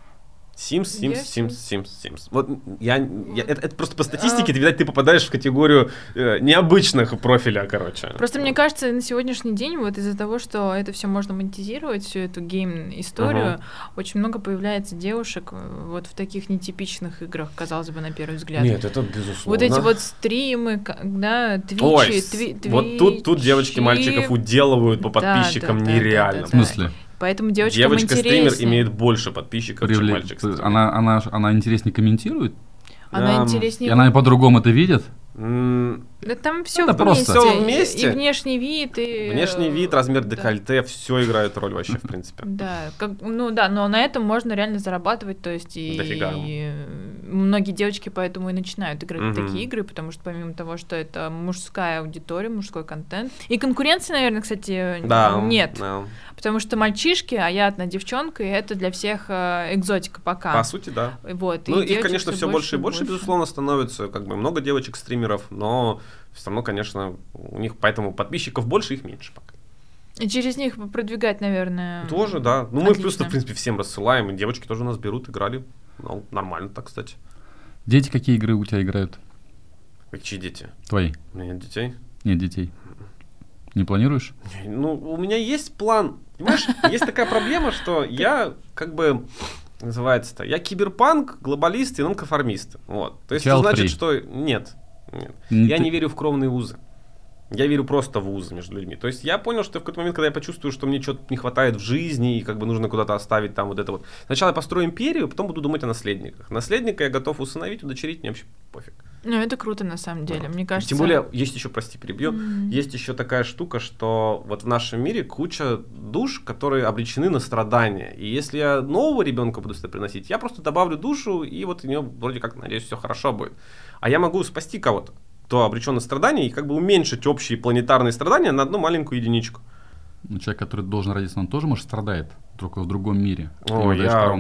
S2: Sims. Вот это просто по статистике, видать, ты попадаешь в категорию необычных профиля, короче.
S4: Просто мне кажется, на сегодняшний день вот из-за того, что это все можно монетизировать, всю эту гейм-историю, очень много появляется девушек вот в таких нетипичных играх, казалось бы, на первый взгляд.
S2: Нет, это безусловно.
S4: Вот эти вот стримы, да, твичи,
S2: вот тут девочки мальчиков уделывают по подписчикам нереально.
S1: В смысле?
S4: Поэтому девочкам интереснее.
S2: Девочка-стример имеет больше подписчиков, чем мальчик-стример.
S1: Она интереснее комментирует?
S4: Она интереснее...
S1: И она по-другому это видит?
S4: Да там все
S2: вместе.
S4: И внешний вид, и...
S2: Внешний вид, размер декольте, все играет роль вообще, в принципе.
S4: Да, но на этом можно реально зарабатывать, то есть и многие девочки поэтому и начинают играть в такие игры, потому что помимо того, что это мужская аудитория, мужской контент, и конкуренции, наверное, кстати, нет. Потому что мальчишки, а я одна девчонка, и это для всех экзотика пока.
S2: По сути, да.
S4: Вот,
S2: ну, их, конечно, все больше и больше, безусловно, становится, как бы много девочек-стримеров, но все равно, конечно, у них поэтому подписчиков больше, их меньше пока.
S4: И через них продвигать, наверное.
S2: Тоже, да. Ну, мы просто, в принципе, всем рассылаем, и девочки тоже у нас берут, играли. Ну, нормально так, кстати.
S1: Дети какие игры у тебя играют?
S2: Какие дети?
S1: Твои.
S2: У меня нет детей.
S1: Нет детей. Не планируешь?
S2: Ну, у меня есть план. Понимаешь, есть такая проблема, что я как бы... Называется-то. Я киберпанк, глобалист и нонконформист. Вот. То есть это значит, что нет. Я не верю в кровные узы. Я верю просто в узы между людьми. То есть я понял, что в какой-то момент, когда я почувствую, что мне что-то не хватает в жизни, и как бы нужно куда-то оставить там вот это вот. Сначала я построю империю, потом буду думать о наследниках. Наследника я готов усыновить, удочерить, мне вообще пофиг.
S4: Ну, это круто на самом деле, мне кажется.
S2: Тем более, есть еще, прости, перебью, есть еще такая штука, что вот в нашем мире куча душ, которые обречены на страдания. И если я нового ребенка буду сюда приносить, я просто добавлю душу, и вот у нее вроде как, надеюсь, все хорошо будет. А я могу спасти кого-то, кто обречен на страдания, и как бы уменьшить общие планетарные страдания на одну маленькую единичку.
S1: Но человек, который должен родиться, он тоже, может, страдает, только в другом мире.
S2: У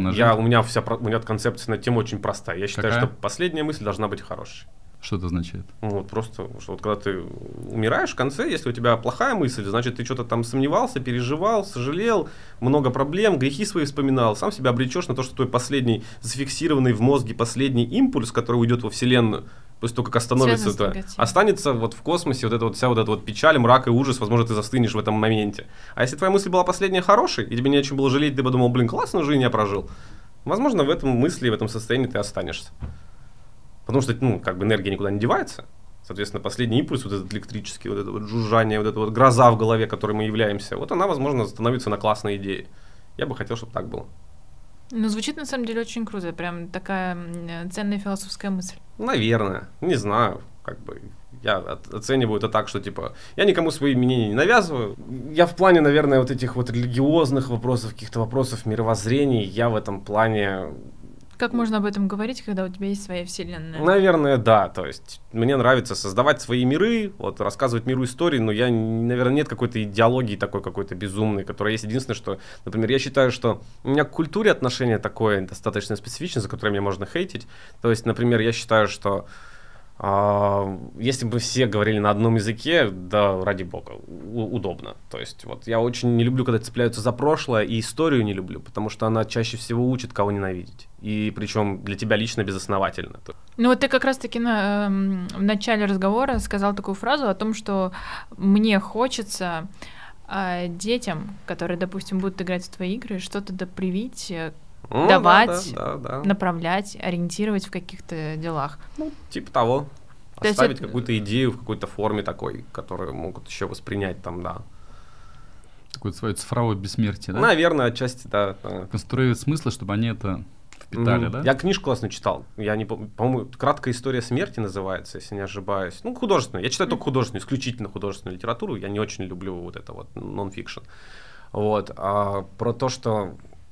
S2: меня концепция на тему очень простая. Я считаю, что последняя мысль должна быть хорошей.
S1: Что это означает?
S2: Вот просто, что вот когда ты умираешь в конце, если у тебя плохая мысль, значит, ты что-то там сомневался, переживал, сожалел, много проблем, грехи свои вспоминал, сам себя обречешь на то, что твой последний, зафиксированный в мозге последний импульс, который уйдет во Вселенную, после того, как останется вот в космосе вот эта вот вся вот эта вот печаль, мрак и ужас, возможно, ты застынешь в этом моменте. А если твоя мысль была последняя хорошей, и тебе не о чем было жалеть, ты подумал, классную жизнь я прожил, возможно, в этом мысли, в этом состоянии ты останешься. Потому что, как бы энергия никуда не девается. Соответственно, последний импульс, вот этот электрический, вот это вот жужжание, вот эта вот гроза в голове, которой мы являемся, вот она, возможно, становится на классной идее. Я бы хотел, чтобы так было.
S4: Ну, звучит на самом деле очень круто, прям такая ценная философская мысль.
S2: Наверное, не знаю, как бы. Я оцениваю это так, что, типа, я никому свои мнения не навязываю. Я в плане, наверное, вот этих вот религиозных вопросов, каких-то вопросов мировоззрений, я в этом плане...
S4: Как можно об этом говорить, когда у тебя есть своя вселенная?
S2: Наверное, да. То есть мне нравится создавать свои миры, вот, рассказывать миру истории, но я, наверное, нет какой-то идеологии такой какой-то безумной, которая есть. Единственное, что, например, я считаю, что у меня к культуре отношение такое достаточно специфичное, за которое меня можно хейтить. То есть, например, я считаю, что если бы все говорили на одном языке, да, ради бога, удобно. То есть вот я очень не люблю, когда цепляются за прошлое, и историю не люблю, потому что она чаще всего учит, кого ненавидеть. И причем для тебя лично безосновательно.
S4: Ну вот ты как раз-таки в начале разговора сказал такую фразу о том, что мне хочется детям, которые, допустим, будут играть в твои игры, что-то привить, давать,
S2: да.
S4: направлять, ориентировать в каких-то делах.
S2: Ну, типа того.
S4: То
S2: Оставить какую-то идею в какой-то форме такой, которую могут еще воспринять там, да.
S1: Такое свое цифровое бессмертие, да?
S2: Наверное, отчасти, да.
S1: Конструировать смыслы, чтобы они это впитали, да?
S2: Я книжку классно читал. Я не помню, по-моему, «Краткая история смерти» называется, если не ошибаюсь. Ну, художественную. Я читаю только художественную, исключительно художественную литературу. Я не очень люблю вот это вот нон-фикшн. Вот. Про то, что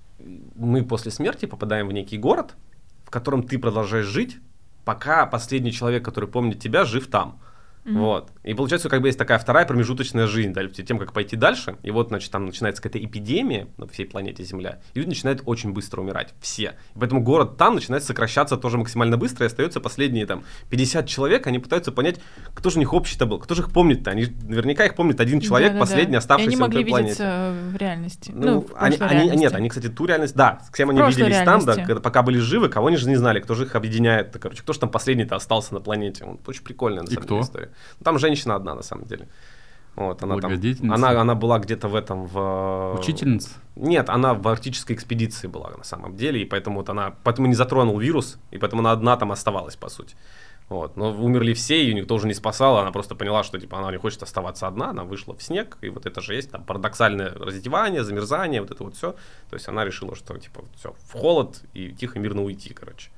S2: мы после смерти попадаем в некий город, в котором ты продолжаешь жить, пока последний человек, который помнит тебя, жив там. Вот. И получается, как бы есть такая вторая промежуточная жизнь, да, перед тем, как пойти дальше. И вот, значит, там начинается какая-то эпидемия на всей планете Земля, и люди начинают очень быстро умирать. Все. И поэтому город там начинает сокращаться тоже максимально быстро, и остается последние там 50 человек, они пытаются понять, кто же у них общий-то был, кто же их помнит-то. Они наверняка их помнит один человек, последний, оставшийся на той планете.
S4: И они могли видеться в реальности.
S2: Нет, они, кстати, ту реальность, да, с кем они виделись там, да, пока были живы, кого они же не знали, кто же их объединяет, короче, кто же там последний-то остался на планете. Очень прикольная, на самом деле, история. Там женщина одна, на самом деле. Вот, она там, она была где-то в этом,
S1: Учительница?
S2: Нет, она в арктической экспедиции была, на самом деле, и поэтому не затронул вирус, и поэтому она одна там оставалась, по сути. Вот. Но умерли все, ее никто уже не спасал, она просто поняла, что типа она не хочет оставаться одна, она вышла в снег, и вот это же есть там парадоксальное раздевание, замерзание, вот это вот все. То есть она решила, что типа все, в холод и тихо, мирно уйти, короче.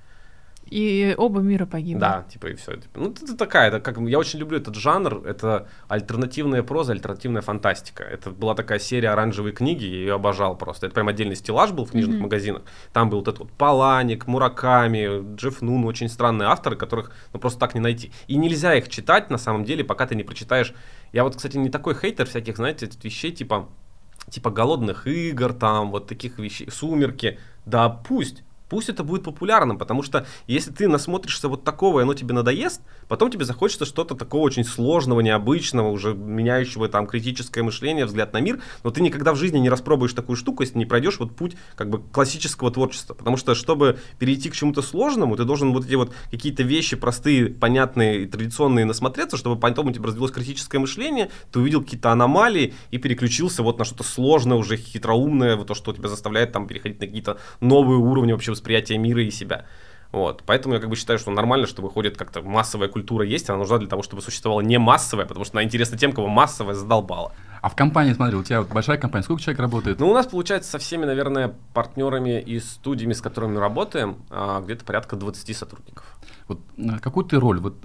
S4: И оба мира погибли.
S2: Да, типа и все. Типа. Ну, это такая, это как я очень люблю этот жанр, это альтернативная проза, альтернативная фантастика. Это была такая серия «Оранжевые книги», я ее обожал просто. Это прям отдельный стеллаж был в книжных магазинах. Там был вот этот вот Паланик, Мураками, Джефф Нун, очень странные авторы, которых просто так не найти. И нельзя их читать, на самом деле, пока ты не прочитаешь. Я вот, кстати, не такой хейтер всяких, знаете, вещей типа «Голодных игр», там, вот таких вещей, «Сумерки». Да пусть это будет популярным, потому что если ты насмотришься вот такого, и оно тебе надоест, потом тебе захочется что-то такого очень сложного, необычного, уже меняющего там критическое мышление, взгляд на мир, но ты никогда в жизни не распробуешь такую штуку, если не пройдешь вот путь как бы классического творчества, потому что чтобы перейти к чему-то сложному, ты должен вот эти вот какие-то вещи простые, понятные и традиционные насмотреться, чтобы потом у тебя развилось критическое мышление, ты увидел какие-то аномалии и переключился вот на что-то сложное, уже хитроумное, вот то, что тебя заставляет там переходить на какие-то новые уровни вообще восприятия мира и себя. Вот. Поэтому я как бы считаю, что нормально, что выходит как-то массовая культура есть, она нужна для того, чтобы существовала не массовая, потому что она интересна тем, кого массовая задолбала.
S1: А в компании, смотри, у тебя вот большая компания, сколько человек работает?
S2: Ну, у нас, получается, со всеми, наверное, партнерами и студиями, с которыми мы работаем, где-то порядка 20 сотрудников.
S1: Вот какую ты роль вот,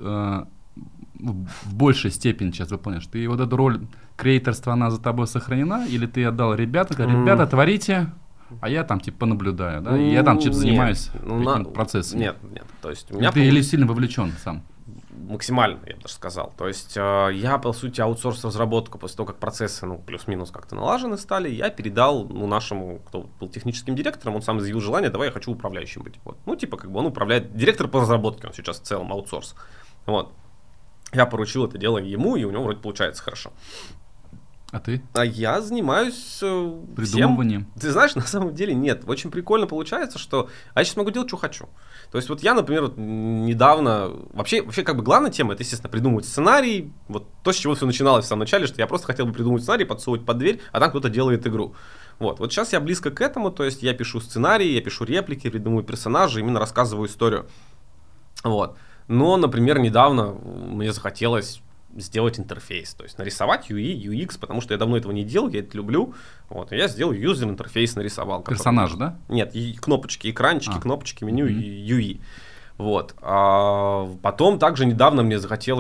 S1: в большей степени сейчас выполняешь? Ты вот эту роль креаторства, она за тобой сохранена, или ты отдал ребята, ребята, творите, а я там типа понаблюдаю, да? И я там типа занимаюсь процессом.
S2: Нет. То есть у меня
S1: ты или сильно вовлечен сам?
S2: Максимально, я бы даже сказал. То есть я, по сути, аутсорс-разработку после того, как процессы, плюс-минус как-то налажены стали, я передал, нашему, кто был техническим директором, он сам изъявил желание, давай я хочу управляющим быть. Вот. Он управляет, директор по разработке, он сейчас в целом аутсорс. Вот. Я поручил это дело ему, и у него вроде получается хорошо.
S1: А ты?
S2: А я занимаюсь
S1: придумыванием.
S2: Ты знаешь, на самом деле нет. Очень прикольно получается, что я сейчас могу делать, что хочу. То есть вот я, например, недавно... Вообще как бы главная тема, это, естественно, придумывать сценарий. Вот то, с чего все начиналось в самом начале, что я просто хотел бы придумать сценарий, подсовывать под дверь, а там кто-то делает игру. Вот сейчас я близко к этому, то есть я пишу сценарий, я пишу реплики, придумываю персонажей, именно рассказываю историю. Вот. Но, например, недавно мне захотелось сделать интерфейс, то есть нарисовать UI, UX, потому что я давно этого не делал, я это люблю. Вот, и я сделал юзер-интерфейс, нарисовал.
S1: Персонаж, да?
S2: Нет, кнопочки, экранчики, кнопочки, меню и UI. Вот. А потом также недавно мне захотелось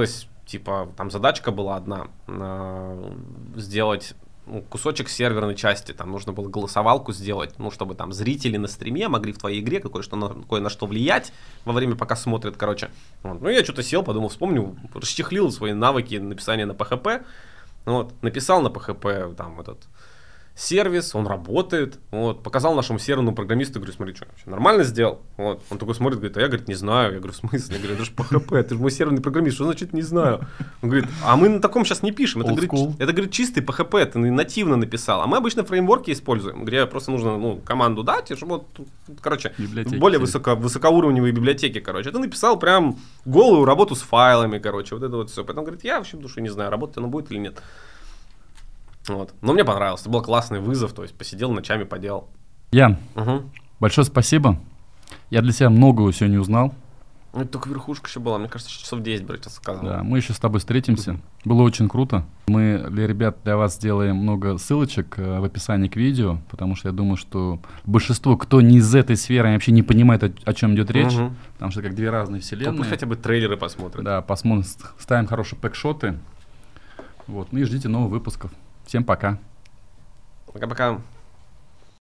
S2: типа, там задачка была одна, сделать кусочек серверной части, там нужно было голосовалку сделать, ну, чтобы там зрители на стриме могли в твоей игре кое на что влиять во время, пока смотрят, короче. Вот. Ну, я что-то сел, подумал, вспомнил, расчехлил свои навыки написания на PHP, вот, написал на PHP там этот сервис, он работает, вот, показал нашему серверному программисту, говорю, смотри, что, вообще нормально сделал? Вот, он такой смотрит, говорит, а я, говорит, не знаю. Я говорю, в смысле? Я говорю, это же PHP, ты же мой серверный программист, что значит не знаю? Он говорит, а мы на таком сейчас не пишем, это, говорит, чистый PHP, ты нативно написал, а мы обычно фреймворки используем, где просто нужно, ну, команду дать, и вот, короче, более высокоуровневые библиотеки, короче. Ты написал прям голую работу с файлами, короче, вот это вот все. Поэтому, говорит, я вообще в душе не знаю, работать оно будет или нет. Вот. Но мне понравилось, это был классный вызов, то есть посидел ночами, поделал.
S1: Ян, большое спасибо. Я для себя многого сегодня узнал.
S2: Это только верхушка еще была, мне кажется, часов 10 бы сейчас сказал.
S1: Да, мы еще с тобой встретимся. Было очень круто. Мы для вас сделаем много ссылочек в описании к видео, потому что я думаю, что большинство, кто не из этой сферы, они вообще не понимает, о чем идет речь, потому что как две разные вселенные.
S2: Пусть хотя бы трейлеры посмотрят.
S1: Да, посмотрим, ставим хорошие пэкшоты. Вот, ну и ждите новых выпусков. Всем пока.
S2: Пока-пока.